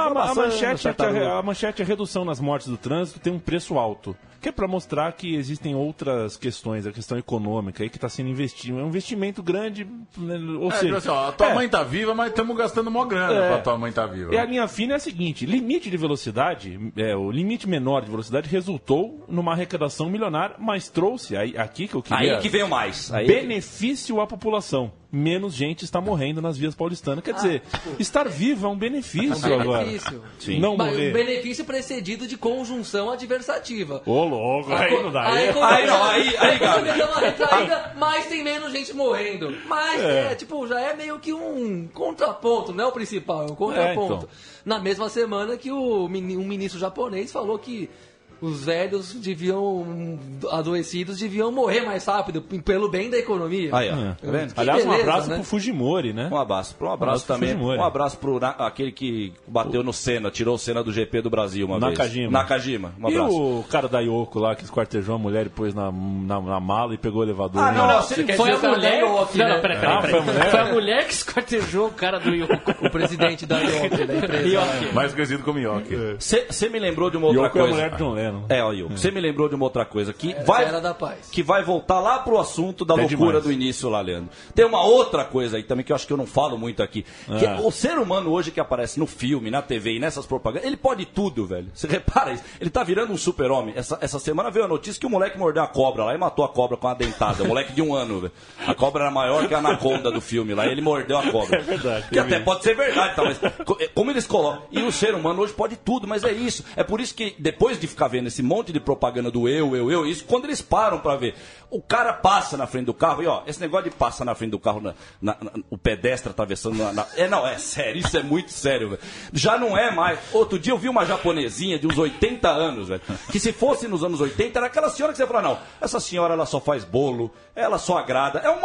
S6: A manchete é a redução nas mortes do trânsito tem um preço alto. Que é para mostrar que existem outras questões, a questão econômica aí que está sendo investido. É um investimento grande, ou seja...
S7: Assim, a tua mãe tá viva, mas estamos gastando mó grana para tua mãe tá viva.
S6: E a linha fina é a seguinte, limite de velocidade, o limite menor de velocidade resultou numa arrecadação milionária, mas trouxe, aqui que eu queria...
S3: Aí que veio mais.
S6: Benefício à população. Menos gente está morrendo nas vias paulistanas. Quer dizer, estar vivo é um benefício agora.
S8: Sim.
S6: Não morrer.
S8: Um benefício precedido de conjunção adversativa.
S6: Ô, louco, aí não dá.
S8: Aí, mas tem menos gente morrendo. Mas, já é meio que um contraponto, não é o principal, é um contraponto.
S6: Então.
S8: Na mesma semana que um ministro japonês falou que os velhos adoecidos deviam morrer mais rápido, pelo bem da economia.
S6: Aliás, um abraço pro Fujimori, né?
S3: Um abraço também. Um abraço pro aquele que bateu no Senna, tirou o Senna do GP do Brasil uma vez. Nakajima. Um abraço.
S6: E o cara da Yoko lá, que esquartejou a mulher e pôs na mala e pegou o elevador.
S9: Foi a mulher.
S6: Peraí.
S9: Foi a mulher que esquartejou o cara do Yoko.
S8: O presidente da Yoko, da empresa.
S7: Mais conhecido como Yoki.
S3: Você me lembrou de uma outra coisa.
S6: É a mulher de John Lennon.
S3: Você me lembrou de uma outra coisa que vai voltar lá pro assunto da loucura do início lá, Leandro. Tem uma outra coisa aí também que eu acho que eu não falo muito aqui. Que o ser humano hoje que aparece no filme, na TV e nessas propagandas, ele pode tudo, velho. Você repara isso? Ele tá virando um super-homem. Essa semana veio a notícia que o moleque mordeu a cobra lá e matou a cobra com uma dentada. O moleque de 1 ano, velho. A cobra era maior que a anaconda do filme lá e ele mordeu a cobra.
S6: É verdade.
S3: Que até pode ser verdade, tá? Mas como eles colocam. E o ser humano hoje pode tudo, mas é isso. É por isso que depois de ficar vendo esse monte de propaganda do eu, isso, quando eles param pra ver, o cara passa na frente do carro, e esse negócio de passar na frente do carro, o pedestre atravessando é sério, isso é muito sério, velho. Já não é mais. Outro dia eu vi uma japonesinha de uns 80 anos, velho, que se fosse nos anos 80, era aquela senhora que você fala, não, essa senhora ela só faz bolo, ela só agrada, é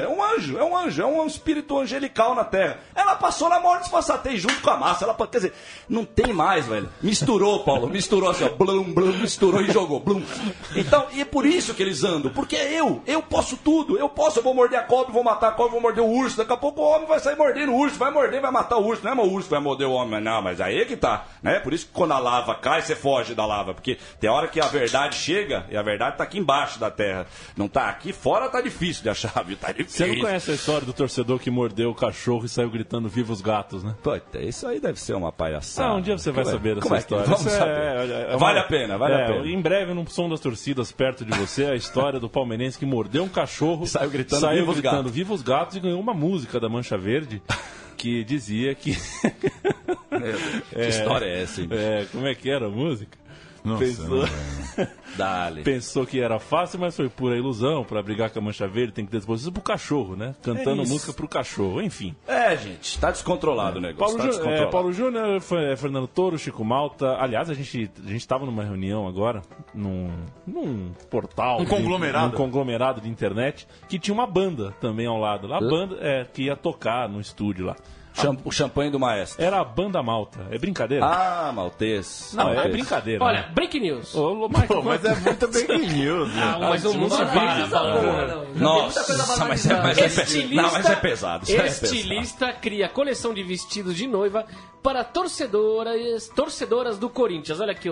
S3: um espírito angelical na terra. Ela passou na maior disfarçatez junto com a massa, quer dizer, não tem mais, velho. Misturou, Paulo, assim, blum, misturou e jogou, blum. Então, e é por isso que eles andam, porque eu posso tudo, eu vou morder a cobra, vou matar a cobra, vou morder o urso, daqui a pouco o homem vai sair mordendo o urso, vai matar o urso, não é o urso que vai morder o homem, não, mas aí é que tá, né? Por isso que quando a lava cai, você foge da lava, porque tem hora que a verdade chega, e a verdade tá aqui embaixo da terra, não tá aqui fora, tá difícil de achar, viu? Tá difícil.
S6: Você não conhece a história do torcedor que mordeu o cachorro e saiu gritando viva os gatos, né?
S3: Pô, isso aí deve ser uma palhaçada.
S6: Um dia você vai saber dessa história.
S3: Vamos saber. Vale a pena.
S6: Em breve, num som das torcidas perto de você, a história do palmeirense que mordeu um cachorro,
S3: saiu gritando
S6: viva os gatos e ganhou uma música da Mancha Verde que dizia que...
S3: Que história é essa, hein?
S6: Como é que era a música? Pensou que era fácil, mas foi pura ilusão. Pra brigar com a Mancha Verde tem que ter disposição pro cachorro, né? Cantando música pro cachorro, enfim.
S3: Gente, tá descontrolado o negócio.
S6: Paulo Júnior, Fernando Toro, Chico Malta. Aliás, a gente tava numa reunião agora, num portal.
S7: Um
S6: conglomerado de internet, que tinha uma banda também ao lado. A banda que ia tocar no estúdio lá.
S3: O champanhe do maestro.
S6: Era a Banda Malta. É brincadeira?
S3: Maltês.
S6: Não, é brincadeira.
S9: Olha, break news.
S7: Mas é muito break news.
S9: Mas o mundo vive.
S3: Nossa, mas é pesado.
S9: Estilista cria coleção de vestidos de noiva para torcedoras do Corinthians. Olha aqui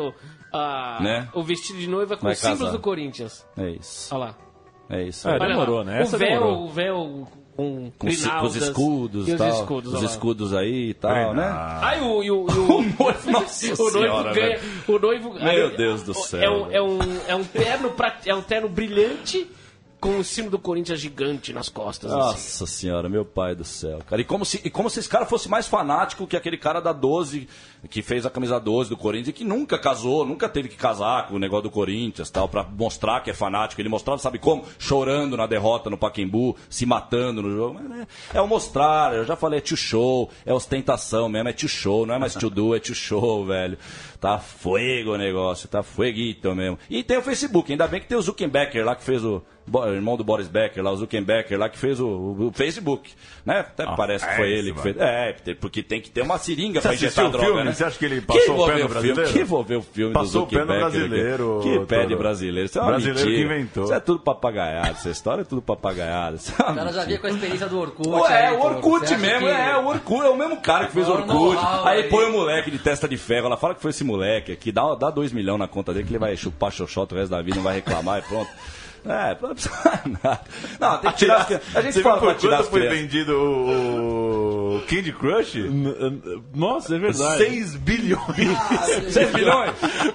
S9: o vestido de noiva com os símbolos do Corinthians.
S3: É isso.
S9: Olha lá.
S3: É isso.
S6: Demorou, né?
S9: O véu com
S3: os escudos e tal. Os escudos aí e tal, né?
S9: Aí o noivo,
S3: nossa senhora,
S9: ganha. O noivo.
S3: Meu Deus do céu.
S9: É um terno brilhante com o símbolo do Corinthians gigante nas costas.
S3: Nossa senhora, meu pai do céu, cara. E como se esse cara fosse mais fanático que aquele cara da 12, que fez a camisa 12 do Corinthians e que nunca casou, nunca teve que casar com o negócio do Corinthians, tal, pra mostrar que é fanático. Ele mostrava, sabe como? Chorando na derrota no Pacaembu, se matando no jogo. Mas é o mostrar, eu já falei, é tio show, é ostentação mesmo, é tio show, não é mais tio do, é tio show, velho. Tá fuego o negócio, tá fueguito mesmo. E tem o Facebook, ainda bem que tem o Zuckerberg lá que fez o irmão do Boris Becker lá, o Zuckerberg lá que fez o Facebook, né? Até parece que foi ele que fez. Porque tem que ter uma seringa pra injetar droga,
S7: filme?
S3: Né?
S7: Você acha que ele passou o pé no brasileiro?
S3: Que envolveu o filme
S7: passou
S3: do Zuckerberg?
S7: Passou o pé no brasileiro.
S3: Que pé de brasileiro? Isso é uma
S7: brasileiro
S3: mentira.
S7: que inventou.
S3: Isso é tudo papagaiado, essa história é tudo papagaiado.
S8: O cara já veio com a experiência do Orkut.
S3: O Orkut mesmo, o Orkut é o mesmo cara que fez o Orkut. Aí põe o moleque de testa de ferro, ela fala que foi esse moleque aqui, dá 2 milhões na conta dele que ele vai chupar xoxota o resto da vida, não vai reclamar e pronto. Não precisa nada. Não, tem que tirar a gente fala pra tirar as
S7: foi vendido o Candy Crush?
S6: Nossa, é verdade.
S7: 6 bilhões.
S3: 6 bilhões?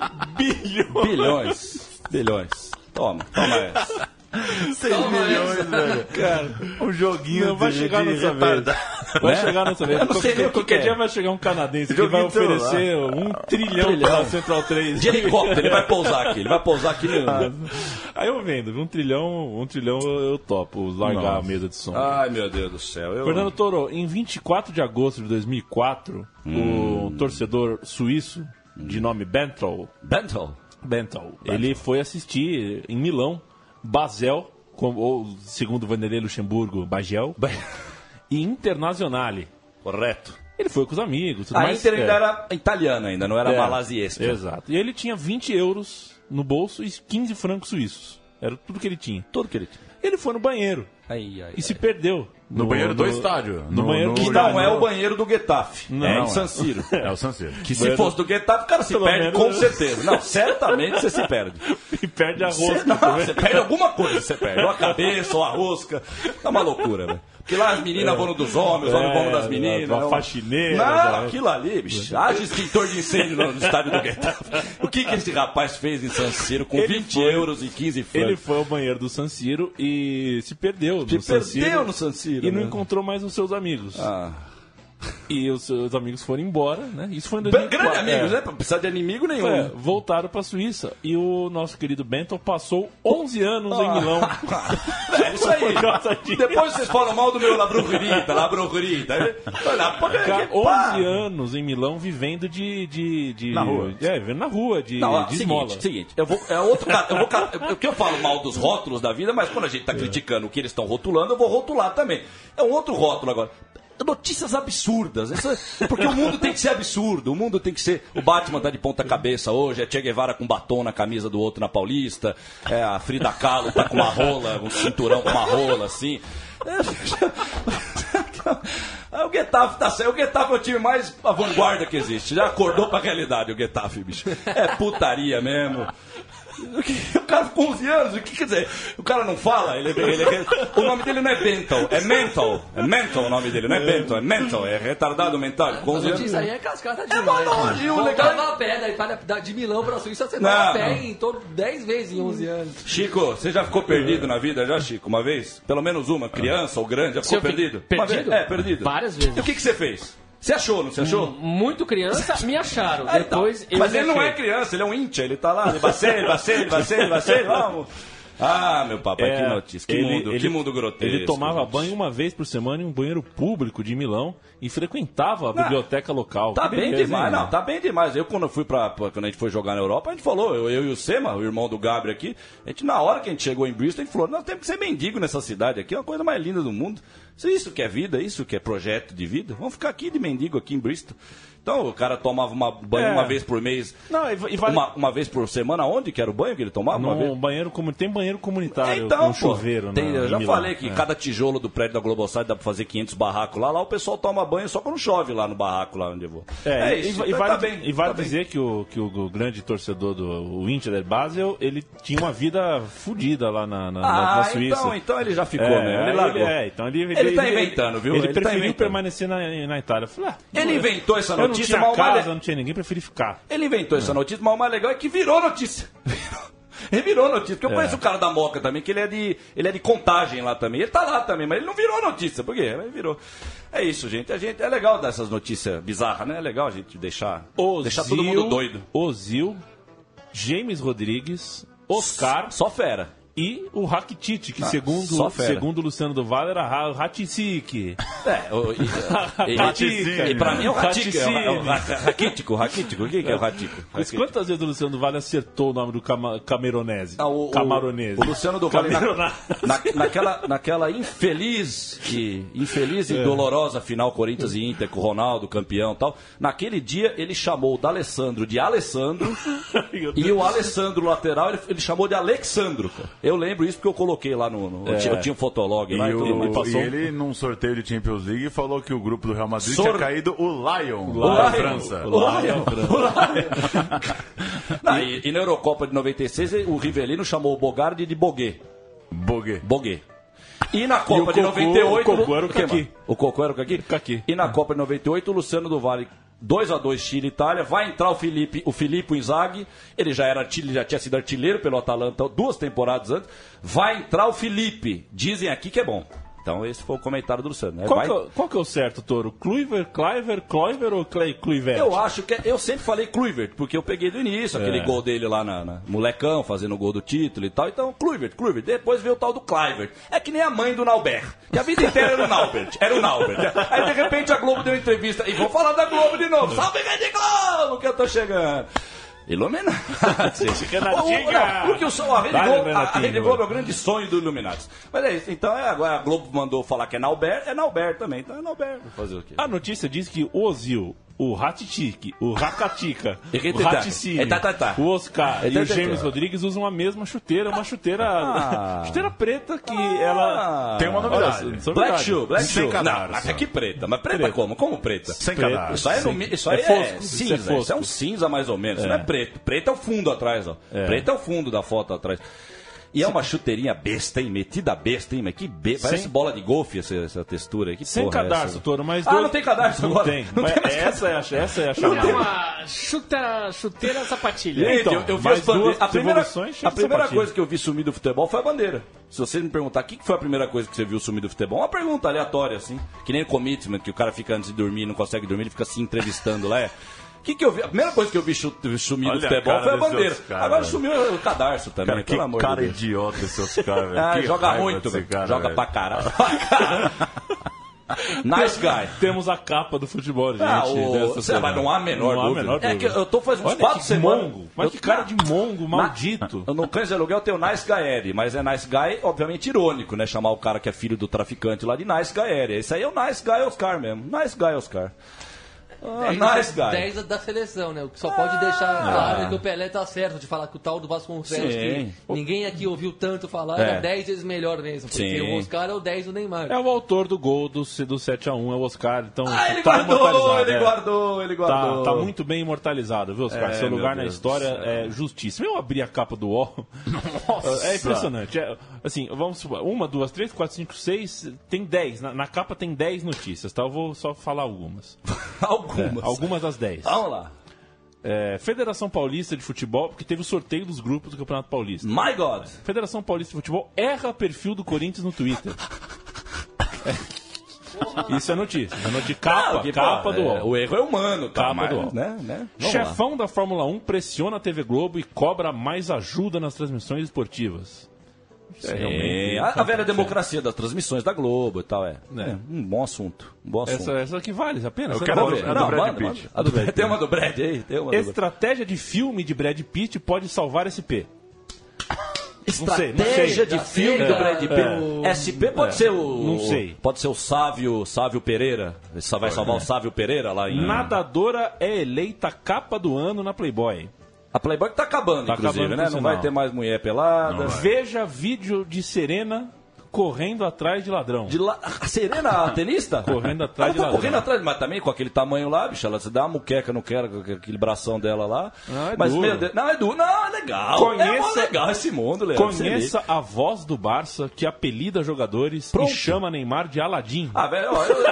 S3: Bilhões. Toma essa.
S7: 6 milhões, velho.
S6: Cara,
S7: um joguinho
S6: não vai chegar nessa vez. Vai chegar nessa vez. Qualquer dia vai chegar um canadense que vai oferecer 1 trilhão pra Central 3.
S3: De helicóptero, ele vai pousar aqui.
S6: Aí eu vendo, 1 trilhão eu topo largar a mesa de som.
S3: Ai, meu Deus do céu.
S6: Fernando Toro, em 24 de agosto de 2004, o torcedor suíço de nome Bentel, ele foi assistir em Milão Basel, ou segundo Vanderlei Luxemburgo, Bagel, e Internazionale.
S3: Correto.
S6: Ele foi com os amigos.
S3: A Inter ainda era italiana, ainda não era Malasiesca.
S6: Exato. E ele tinha 20 euros no bolso e 15 francos suíços. Era tudo que ele tinha. Ele foi no banheiro e se perdeu.
S7: No banheiro do estádio.
S3: Que não é o banheiro do Getafe. É o San Siro.
S7: É o San Siro.
S3: Que se fosse do Getafe, o cara se perde com certeza. Não, certamente você se perde.
S6: E perde a rosca.
S3: Você perde alguma coisa, você perde. Ou a cabeça, ou a rosca. É uma loucura, velho. Porque lá as meninas vão no dos homens, os homens vão no das meninas.
S6: Uma faxineira.
S3: Não, aquilo ali, bicho. Haja extintor de incêndio no estádio do Getafe. O que esse rapaz fez em San Siro com 20 euros e 15 francos?
S6: Ele foi ao banheiro do San Siro e se perdeu no San Siro. E não encontrou mais os seus amigos. E os seus amigos foram embora, né? Isso foi em 2004.
S3: Grandes amigos, né? Pra precisar de inimigo nenhum.
S6: Voltaram pra Suíça. E o nosso querido Bento passou 11 anos em Milão.
S3: Isso aí. Depois vocês falam mal do meu Labrugurita.
S6: 11 anos em Milão vivendo na rua. Vivendo na rua, de esmola.
S3: Seguinte, outro cara. Porque eu falo mal dos rótulos da vida, mas quando a gente tá criticando o que eles estão rotulando, eu vou rotular também. É um outro rótulo agora. Notícias absurdas. Porque o mundo tem que ser absurdo. O mundo tem que ser. O Batman tá de ponta cabeça hoje. É Che Guevara com batom na camisa do outro na Paulista. É a Frida Kahlo tá com uma rola, um cinturão com uma rola assim. O Getafe tá certo. O Getafe é o time mais à vanguarda que existe. Já acordou pra realidade o Getafe, bicho. É putaria mesmo. O cara com 11 anos, o que quer dizer? O cara não fala, o nome dele não é Bentel, é Mental. É Mental o nome dele, não é Bentel, é Mental, é retardado mental. Com 11 anos.
S8: Isso aí é cascata demais. Voltava a pé da Itália, de Milão pra Suíça, você vai a pé em todo 10 vezes em 11 anos.
S3: Chico, você já ficou perdido na vida, já, Chico? Uma vez? Pelo menos uma, criança ou grande, já ficou perdido?
S9: Perdido?
S3: Perdido.
S9: Várias vezes.
S3: E o que você fez? Você achou, não se achou?
S9: Muito criança, me acharam. Depois eu
S3: Mas ele não é criança, ele é um íntia, ele tá lá, Bacele, vamos. Ah, meu papai, que notícia, que mundo grotesco.
S6: Ele tomava banho uma vez por semana em um banheiro público de Milão e frequentava a biblioteca local.
S3: Tá bem demais, tá bem demais. Eu, quando a gente foi jogar na Europa, a gente falou, eu e o Sema, o irmão do Gabriel aqui, na hora que a gente chegou em Bristol, a gente falou, nós temos que ser mendigo nessa cidade aqui, é uma coisa mais linda do mundo. Isso que é vida, isso que é projeto de vida, vamos ficar aqui de mendigo aqui em Bristol. Então, o cara tomava banho uma vez por mês, uma vez por semana. Onde que era o banho que ele tomava?
S6: Tem banheiro comunitário com chuveiro.
S3: Eu já falei que cada tijolo do prédio da Globosat dá pra fazer 500 barracos lá o pessoal toma banho só quando chove lá no barraco lá onde eu vou.
S6: Vale dizer que o grande torcedor do Inter de Basel, ele tinha uma vida fodida lá na Suíça.
S3: Então ele já ficou, né? Ele largou. Ele tá inventando, viu?
S6: Ele preferiu permanecer na Itália.
S3: Ele inventou essa notícia.
S6: Não tinha casa, não tinha ninguém, preferi ficar.
S3: Ele inventou essa notícia, mas o mais legal é que virou notícia. Ele virou notícia, porque eu conheço o cara da Moca também, que ele é de Contagem lá também. Ele tá lá também, mas ele não virou notícia. Por quê? Ele virou. É isso, gente. É legal dessas notícias bizarras, né? É legal a gente deixar todo mundo doido.
S6: Ozil, James Rodrigues, Oscar.
S3: Só fera.
S6: E o Rakitic, que segundo o Luciano do Valle era Rakitic.
S3: E pra mim é o Rakitic. O que é o Rakitic?
S6: Quantas vezes o Luciano do Valle acertou o nome do Camaronese?
S3: O Luciano do Valle, naquela infeliz e dolorosa final Corinthians e Inter, com o Ronaldo campeão e tal, naquele dia ele chamou o D'Alessandro de Alessandro e o Alessandro lateral ele chamou de Alexandro, cara. Eu lembro isso porque eu coloquei lá eu tinha um fotolog lá.
S7: E ele, num sorteio de Champions League, falou que o grupo do Real Madrid tinha caído o Lyon, lá na França.
S3: E na Eurocopa de 96, o Rivelino chamou o Bogardi de Boguet. E na Copa de 98...
S6: O Cocô era o Caqui.
S3: O Cocô era o Caqui? E na Copa de 98, o Luciano do Valle... 2-2 Chile e Itália, vai entrar o Filippo Inzaghi, ele já tinha sido artilheiro pelo Atalanta 2 temporadas antes, vai entrar o Felipe, dizem aqui que é bom. Então esse foi o comentário do Luciano. Né?
S6: Qual que é o certo, Toro? Kluivert ou Kluivert?
S3: Eu acho que eu sempre falei Kluivert, porque eu peguei do início, aquele gol dele lá na molecão, fazendo o gol do título e tal. Então, Kluivert. Depois veio o tal do Kluivert. É que nem a mãe do Naubert. Que a vida inteira era o Naubert. Aí, de repente, a Globo deu entrevista. E vou falar da Globo de novo. Salve, Rede Globo, que eu tô chegando. Illuminati. Porque a Rede Globo é o grande sonho do Illuminati. Mas é isso. Então, agora a Globo mandou falar que é Naubert também. Então é Naubert. Vou fazer o quê?
S6: A notícia diz que o Ozil, o Rakitic, o Rakatica, o Raticini, o Oscar e o James Rodrigues usam a mesma chuteira, uma chuteira preta que ela...
S7: Tem uma novidade.
S3: Black Shoe.
S7: Sem cadarço.
S3: Mas é que preta. Mas preta como? Como preta?
S7: Sem cadarço.
S3: Isso aí é cinza. Isso é um cinza mais ou menos. Não é preto. Preto é o fundo atrás, ó. Preto é o fundo da foto atrás. E é uma chuteirinha besta, hein? Metida besta, hein? Mas que besta. Parece bola de golfe essa textura aí. Que
S6: sem
S3: porra
S6: cadarço,
S3: é essa?
S6: Toro, mas...
S3: não tem cadarço agora.
S6: Não tem. Essa é a chamada.
S9: É uma chuteira sapatilha.
S3: Então, eu vi a primeira coisa que eu vi sumir do futebol foi a bandeira. Se você me perguntar o que foi a primeira coisa que você viu sumir do futebol, uma pergunta aleatória, assim. Que nem o commitment, que o cara fica antes de dormir e não consegue dormir, ele fica se entrevistando lá. Que eu vi? A primeira coisa que eu vi sumir do futebol foi a bandeira. Agora sumiu o cadarço também,
S7: cara, pelo amor de Deus. Cara idiota esse Oscar, velho.
S3: Joga muito, velho. Joga pra caralho. Nice guy.
S6: Temos a capa do futebol, gente.
S3: Mas não há a menor dúvida. É que eu tô fazendo uns 4 semanas.
S6: Mas que cara de mongo, maldito.
S3: No Cães de Aluguel tem o Nice Guy Eri, mas é Nice Guy, obviamente, irônico, né? Chamar o cara que é filho do traficante lá de Nice Guy Eri. Esse aí é o Nice Guy Oscar mesmo. Nice Guy Oscar. Nice guy.
S8: 10 da seleção, né? O que só pode deixar claro é que o Pelé tá certo de falar que o tal do Vasconcelos, que ninguém aqui ouviu tanto falar, era 10 vezes melhor mesmo. Porque o Oscar é o 10 do Neymar.
S6: É o autor do gol do 7-1, é o Oscar. Então,
S3: ele guardou.
S6: Tá muito bem imortalizado, viu, Oscar? Seu lugar na história é justíssimo. Eu abri a capa do UOL. Nossa. É impressionante. Assim, vamos supor, 1, 2, 3, 4, 5, 6, tem 10. Na capa tem 10 notícias, tá? Eu vou só falar algumas. Algumas das 10.
S3: Vamos lá.
S6: Federação Paulista de Futebol, porque teve o sorteio dos grupos do Campeonato Paulista.
S3: My God!
S6: Federação Paulista de Futebol erra perfil do Corinthians no Twitter. Isso é notícia. Capa do UOL.
S3: O erro é humano.
S6: Capa do UOL. Né? Chefão da Fórmula 1 pressiona a TV Globo e cobra mais ajuda nas transmissões esportivas.
S3: A velha democracia das transmissões da Globo e tal, um bom assunto.
S6: Essa aqui vale a pena.
S7: Eu quero a do Brad Pitt.
S3: Tem uma do Brad aí?
S6: Estratégia de filme de Brad Pitt pode salvar SP.
S3: Estratégia de filme do Brad Pitt. SP pode ser o...
S6: Não sei.
S3: Pode ser o Sávio Pereira. Só vai salvar o Sávio Pereira lá em...
S6: Nadadora é eleita capa do ano na Playboy.
S3: A Playboy que tá acabando, inclusive, né? Não vai ter mais mulher pelada.
S6: Veja vídeo de Serena correndo atrás de ladrão.
S3: A Serena, a tenista?
S6: Correndo atrás de ladrão.
S3: Correndo atrás, mas também com aquele tamanho lá, bicho, ela se dá uma muqueca, não quer, com aquele bração dela lá.
S6: Mas duro.
S3: Meu Deus, é duro. Não, é legal. É legal esse mundo, Leandro.
S6: Conheça a voz do Barça que apelida jogadores e chama Neymar de Aladim.
S3: Velho,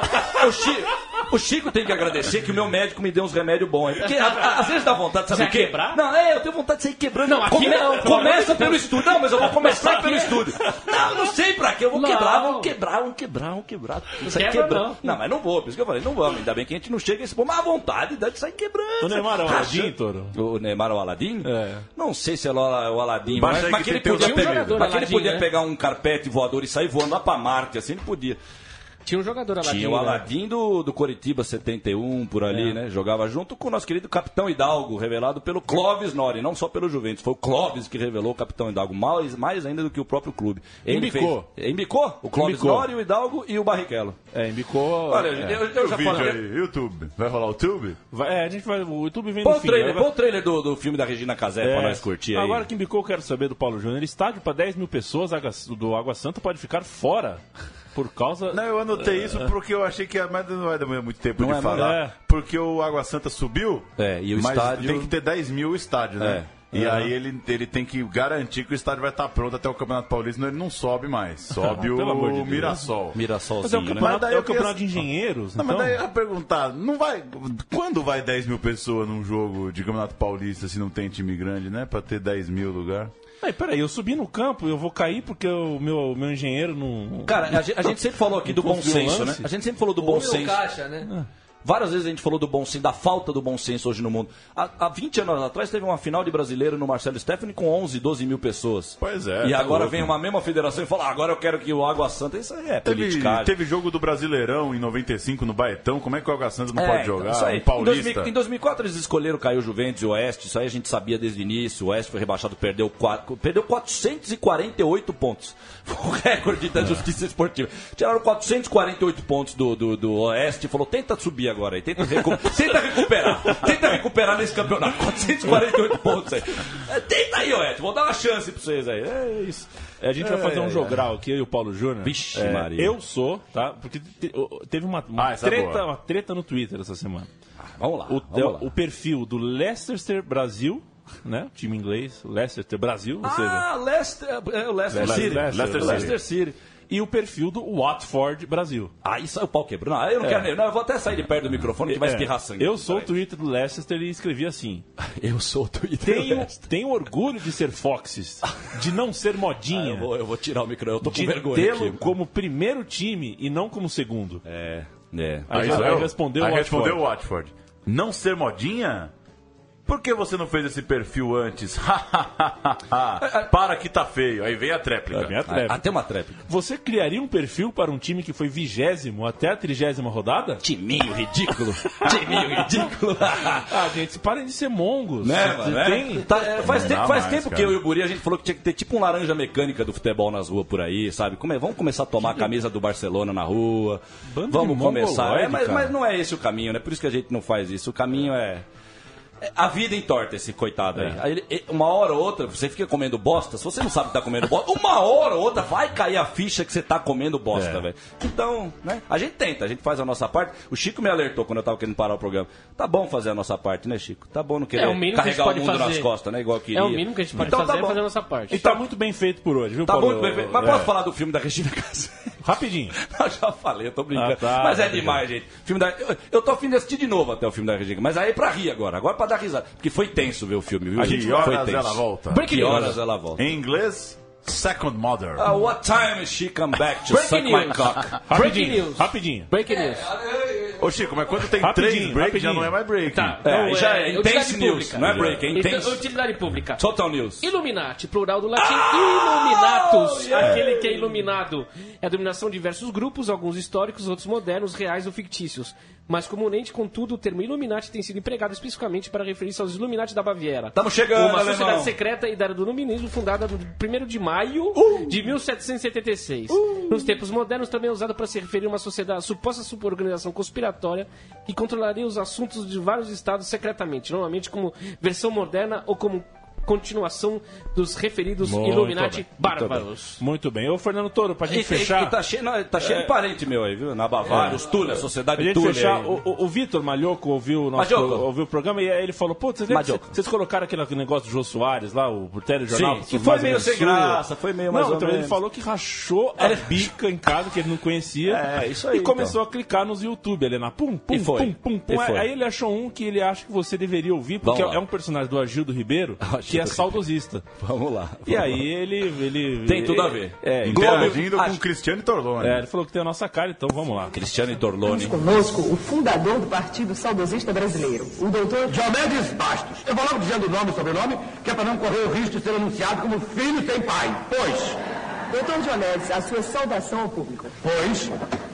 S3: o Chico tem que agradecer que o meu médico me deu uns remédios bons. Porque às vezes dá vontade de saber o quê?
S9: Quebrar?
S3: Não, eu tenho vontade de sair quebrando. Não, aqui não. Começa pelo estúdio. Não, mas eu vou começar pelo estúdio. Não sei pra quê. Eu vou quebrar. Vamos quebrar.
S9: Sai quebrando.
S3: Não, mas não vou. Por isso que eu falei, não vamos. Ainda bem que a gente não chega a esse ponto. Mas a vontade dá de sair quebrando.
S6: O Neymar é o Aladim, Toro?
S3: O Neymar é o Aladim? Não sei se é o Aladim.
S7: Mas
S3: que ele podia pegar um carpete voador e sair voando lá pra Marte. Assim ele podia.
S9: Tinha um jogador Aladim.
S3: Tinha o Aladim do Coritiba 71, por ali, né? Jogava junto com o nosso querido Capitão Hidalgo, revelado pelo Clóvis Nori, não só pelo Juventus. Foi o Clóvis que revelou o Capitão Hidalgo, mais ainda do que o próprio clube. Embicou? O Clóvis Nori, o Hidalgo e o Barrichello.
S6: Embicou.
S3: Olha, eu já falei.
S7: Aí, YouTube. Vai rolar o YouTube?
S6: A gente vai. O YouTube vem no fim.
S3: Põe o trailer do filme da Regina Casé pra nós curtir aí.
S6: Agora que embicou, eu quero saber do Paulo Júnior. Estádio pra 10 mil pessoas do Água Santa pode ficar fora. Por causa...
S7: Não, eu anotei isso porque eu achei que... Mas não vai dar muito tempo de falar. Porque o Água Santa subiu,
S3: e o
S7: mas
S3: estádio...
S7: tem que ter 10 mil o estádio, né? E aí ele tem que garantir que o estádio vai estar pronto até o Campeonato Paulista, senão ele não sobe mais. Sobe o Mirassol.
S3: Mirassolzinho,
S6: mas é o campeonato de engenheiros.
S7: Não, então... Mas daí eu ia perguntar, quando vai 10 mil pessoas num jogo de Campeonato Paulista se não tem time grande, né? Pra ter 10 mil lugar?
S6: Peraí, eu subi no campo, eu vou cair porque o meu engenheiro não...
S3: Cara, a gente sempre falou aqui do bom senso, né? A gente sempre falou do bom senso.
S8: Caixa, né?
S3: Várias vezes a gente falou do bom senso, da falta do bom senso hoje no mundo. Há 20 anos atrás teve uma final de brasileiro no Marcelo Stefani com 11, 12 mil pessoas.
S7: Pois é.
S3: E agora vem uma mesma federação e fala, agora eu quero que o Água Santa... Isso aí é politicagem.
S7: Teve jogo do Brasileirão em 95 no Baetão, como é que o Água Santa não pode jogar? Isso aí.
S3: Paulista. Em 2004 eles escolheram cair o Juventus e o Oeste, isso aí a gente sabia desde o início. O Oeste foi rebaixado, perdeu 448 pontos. Foi o recorde da justiça esportiva. Tiraram 448 pontos do Oeste e falou, tenta subir agora aí, tenta recuperar nesse campeonato. 448 pontos aí. Tenta aí, Oeste, vou dar uma chance pra vocês aí. É isso.
S6: A gente vai fazer um jogral aqui, eu e o Paulo Júnior.
S3: Vixe, Maria.
S6: Eu sou, tá? Porque teve uma treta no Twitter essa semana.
S3: Vamos lá.
S6: O perfil do Leicester Brasil, né? Time inglês, Leicester Brasil. Leicester City. E o perfil do Watford Brasil.
S3: Aí sai o pau quebrando. Eu não quero nem. Eu vou até sair de perto do microfone que vai espirrar sangue.
S6: Eu sou o Twitter do Leicester e escrevi assim.
S3: Eu sou o Twitter.
S6: Tenho orgulho de ser Foxes, de não ser modinha.
S3: Eu vou tirar o microfone, eu tô com vergonha.
S6: De tê-lo como primeiro time e não como segundo. Aí respondeu
S7: o Watford. Não ser modinha? Por que você não fez esse perfil antes? Para que tá feio. Aí vem a tréplica.
S3: Até uma tréplica.
S6: Você criaria um perfil para um time que foi 20º até a 30ª rodada?
S3: Timinho ridículo.
S6: Gente, parem de ser mongos.
S3: Né, mano? Faz tempo que eu e o Guri a gente falou que tinha que ter tipo um laranja mecânica do futebol nas ruas por aí, sabe? Vamos começar a tomar a camisa do Barcelona na rua. Vamos começar. Mas não é esse o caminho, né? Por isso que a gente não faz isso. O caminho é... A vida entorta esse coitado aí. Uma hora ou outra, você fica comendo bosta. Se você não sabe que tá comendo bosta, uma hora ou outra vai cair a ficha que você tá comendo bosta, velho. Então, né? A gente tenta, a gente faz a nossa parte. O Chico me alertou quando eu tava querendo parar o programa. Tá bom fazer a nossa parte, né, Chico? Tá bom não querer carregar o mundo nas costas, né? Igual eu queria.
S9: É o mínimo que a gente pode fazer, fazer a nossa parte.
S6: E tá muito bem feito por hoje, viu,
S3: Paulo?
S6: Tá muito
S3: bem feito. Mas posso falar do filme da Regina Casé?
S6: Rapidinho.
S3: Eu já falei, eu tô brincando. Mas é demais, gente. Eu tô a fim de assistir de novo até o filme da Regina. Mas aí é pra rir agora pra dar risada. Porque foi tenso ver o filme, viu?
S7: Que horas ela volta?
S3: Que horas ela volta?
S7: Em inglês? second mother.
S3: What time is she come back to suck my cock?
S6: Rapidinho.
S9: Breaking news.
S7: Ô Chico, mas quando tem 3 breaks já não é mais break.
S9: Tá.
S3: Já é intense news, não é break, é intense.
S9: Utilidade pública.
S3: Total news.
S9: Illuminati, plural do latim Illuminatus, aquele que é iluminado. É a dominação de diversos grupos, alguns históricos, outros modernos, reais ou fictícios. Mais comumente, contudo, o termo Illuminati tem sido empregado especificamente para referir-se aos Illuminati da Baviera.
S3: Estamos chegando,
S9: uma
S3: alemão.
S9: sociedade secreta e da do iluminismo fundada no 1º de maio de 1776. Nos tempos modernos, também é usada para se referir a uma sociedade, suposta suborganização conspiratória que controlaria os assuntos de vários estados secretamente, normalmente como versão moderna ou como continuação dos referidos Illuminati bárbaros.
S6: Muito bem. Ô, Fernando Toro, pra gente fechar...
S3: Tá cheio de parente meu aí, viu? Na Bavária, os Túlio, a sociedade Túlio.
S6: Pra gente fechar, o Vitor Malhoco ouviu o programa e aí ele falou, pô, vocês colocaram aquele negócio do Jô Soares lá, o telejornal?
S3: Sim, que foi meio sem graça, foi meio mais ou menos.
S6: Ele falou que rachou a bica em casa, que ele não conhecia.
S3: Isso aí.
S6: E começou a clicar nos YouTube, ali na pum. Aí ele achou um que ele acha que você deveria ouvir, porque é um personagem do Agildo Ribeiro, que é saudosista.
S3: Vamos lá.
S6: E aí ele
S3: tem tudo a ver.
S7: Interagindo com o Cristiano Torloni.
S6: Ele falou que tem a nossa cara, então vamos lá.
S3: Cristiano Torloni.
S10: Temos conosco o fundador do Partido Saudosista Brasileiro, o doutor
S11: Diomedes Bastos. Eu vou logo dizendo o nome e sobrenome, que é para não correr o risco de ser anunciado como filho sem pai. Pois...
S10: Doutor Diomedes, a sua saudação ao público.
S11: Pois...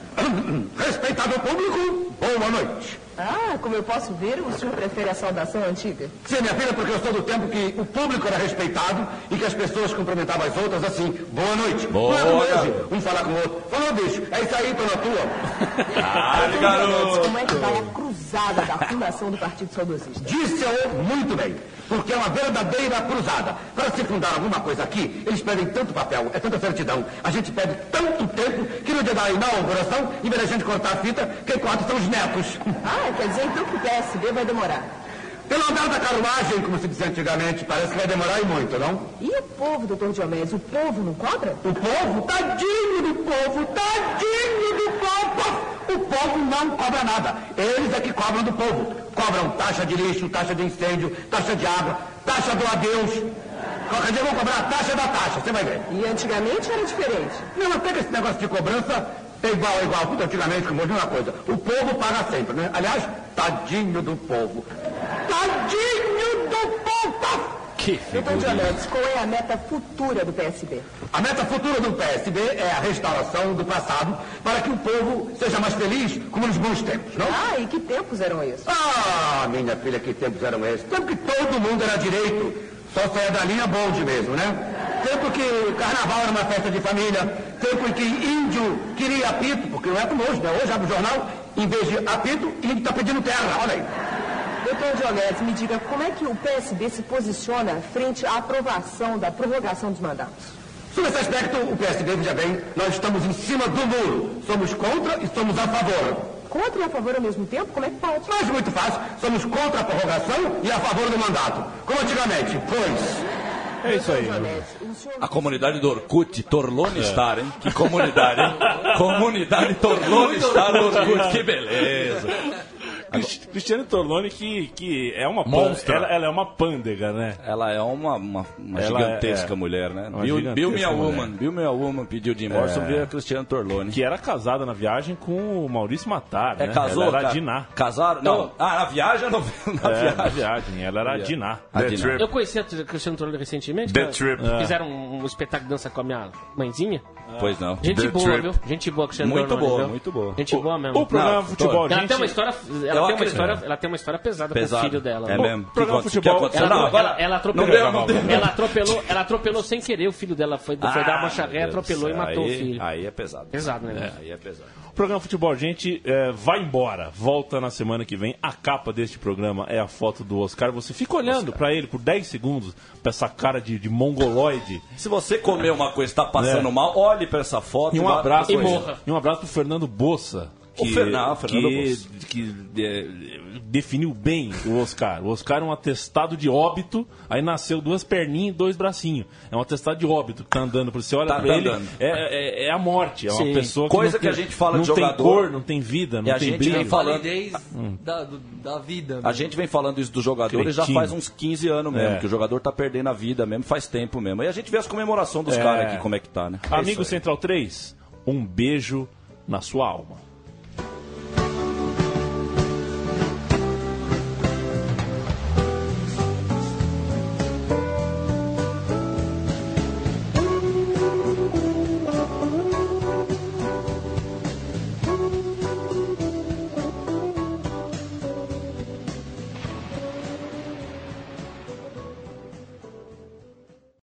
S11: Respeitado público, boa noite.
S10: Como eu posso ver, o senhor prefere a saudação antiga?
S11: Sim, minha filha, porque eu sou do tempo que o público era respeitado e que as pessoas cumprimentavam as outras assim, boa noite.
S3: Boa,
S11: não é como hoje, um falar com o outro. Falou, bicho, é isso aí, tô na tua.
S10: Garoto. Como é que vai a cruzada da fundação do Partido Saudosista?
S11: Disse-o muito bem, porque é uma verdadeira cruzada. Para se fundar alguma coisa aqui, eles pedem tanto papel, é tanta certidão. A gente pede tanto tempo que no dia da inauguração, em vez da gente cortar a fita, quem corta são os netos.
S10: Quer dizer então que o PSB vai demorar?
S11: Pelo andar da carruagem, como se dizia antigamente, parece que vai demorar e muito, não?
S10: E o povo, doutor Diomedes, o povo não cobra?
S11: O povo? Tadinho do povo! Tadinho do povo! O povo não cobra nada. Eles é que cobram do povo. Cobram taxa de lixo, taxa de incêndio, taxa de água, taxa do adeus. Qualquer dia vão cobrar a taxa da taxa, você vai ver.
S10: E antigamente era diferente?
S11: Não, até que esse negócio de cobrança é igual. Tudo antigamente, como diz uma coisa. O povo paga sempre, né? Aliás, tadinho do povo. Tadinho do povo!
S10: Doutor Diomedes, qual é a meta futura do PSB?
S11: A meta futura do PSB é a restauração do passado para que o povo seja mais feliz como nos bons tempos, não?
S10: E que tempos eram esses?
S11: Minha filha, que tempos eram esses? Tempo que todo mundo era direito, só saia da linha bonde mesmo, né? Tempo que carnaval era uma festa de família, tempo em que índio queria apito, porque não é como hoje, né? Hoje abre o jornal, em vez de apito, índio está pedindo terra, olha aí.
S10: Doutor Diomedes, me diga, como é que o PSB se posiciona frente à aprovação da prorrogação dos mandatos?
S11: Sobre esse aspecto, o PSB, veja bem, nós estamos em cima do muro. Somos contra e somos a favor.
S10: Contra e a favor ao mesmo tempo? Como é que pode?
S11: Mas muito fácil. Somos contra a prorrogação e a favor do mandato. Como antigamente, pois...
S6: É isso aí.
S3: A comunidade do Orkut, Torlone Star, hein? Que comunidade, hein? Comunidade Torlone Star do Orkut, que beleza.
S6: Cristiano Torloni, que é uma monstro. Ela é uma pândega, né?
S3: Ela é uma gigantesca mulher, né? Bill Me a Woman pediu Jim Morrison, veio a Cristiano Torloni.
S6: Que era casada na viagem com o Maurício Matar, né?
S3: Casou?
S6: Ela era a Diná.
S3: Casaram? Não. Na viagem ou
S6: na viagem? Ela era a Diná.
S9: Eu conheci a Cristiano Torloni recentemente. Fizeram um espetáculo de dança com a minha mãezinha.
S3: Pois não.
S9: Gente boa, viu? Gente boa, Cristiano Torloni.
S3: Muito boa.
S9: Gente boa mesmo.
S6: O programa Futebol,
S9: ela tem uma história... Ela tem uma história pesada com o filho dela.
S3: É mesmo.
S6: Programa Futebol.
S9: Ela atropelou sem querer o filho dela. Foi dar uma marcha ré, atropelou e matou o filho.
S3: Aí é pesado.
S9: Pesado, né?
S3: Aí é pesado.
S6: O programa Futebol, gente, vai embora. Volta na semana que vem. A capa deste programa é a foto do Oscar. Você fica olhando pra ele por 10 segundos, pra essa cara de mongoloide.
S3: Se você comer uma coisa e tá passando mal, olhe pra essa foto.
S6: E um abraço
S9: e morra.
S6: E um abraço pro Fernando Bossa, definiu bem o Oscar. O Oscar é um atestado de óbito, aí nasceu 2 perninhas e 2 bracinhos. É um atestado de óbito que tá andando por você, olha pra ele, é a morte. É uma pessoa que
S3: coisa que a gente fala
S6: não
S3: de jogador,
S6: tem cor, não tem vida, não tem brilho.
S8: Da vida.
S3: A gente vem falando isso do jogador e já faz uns 15 anos mesmo, que o jogador tá perdendo a vida mesmo, faz tempo mesmo. E a gente vê as comemorações dos caras aqui, como é que tá, né?
S6: Amigo Central 3, um beijo na sua alma.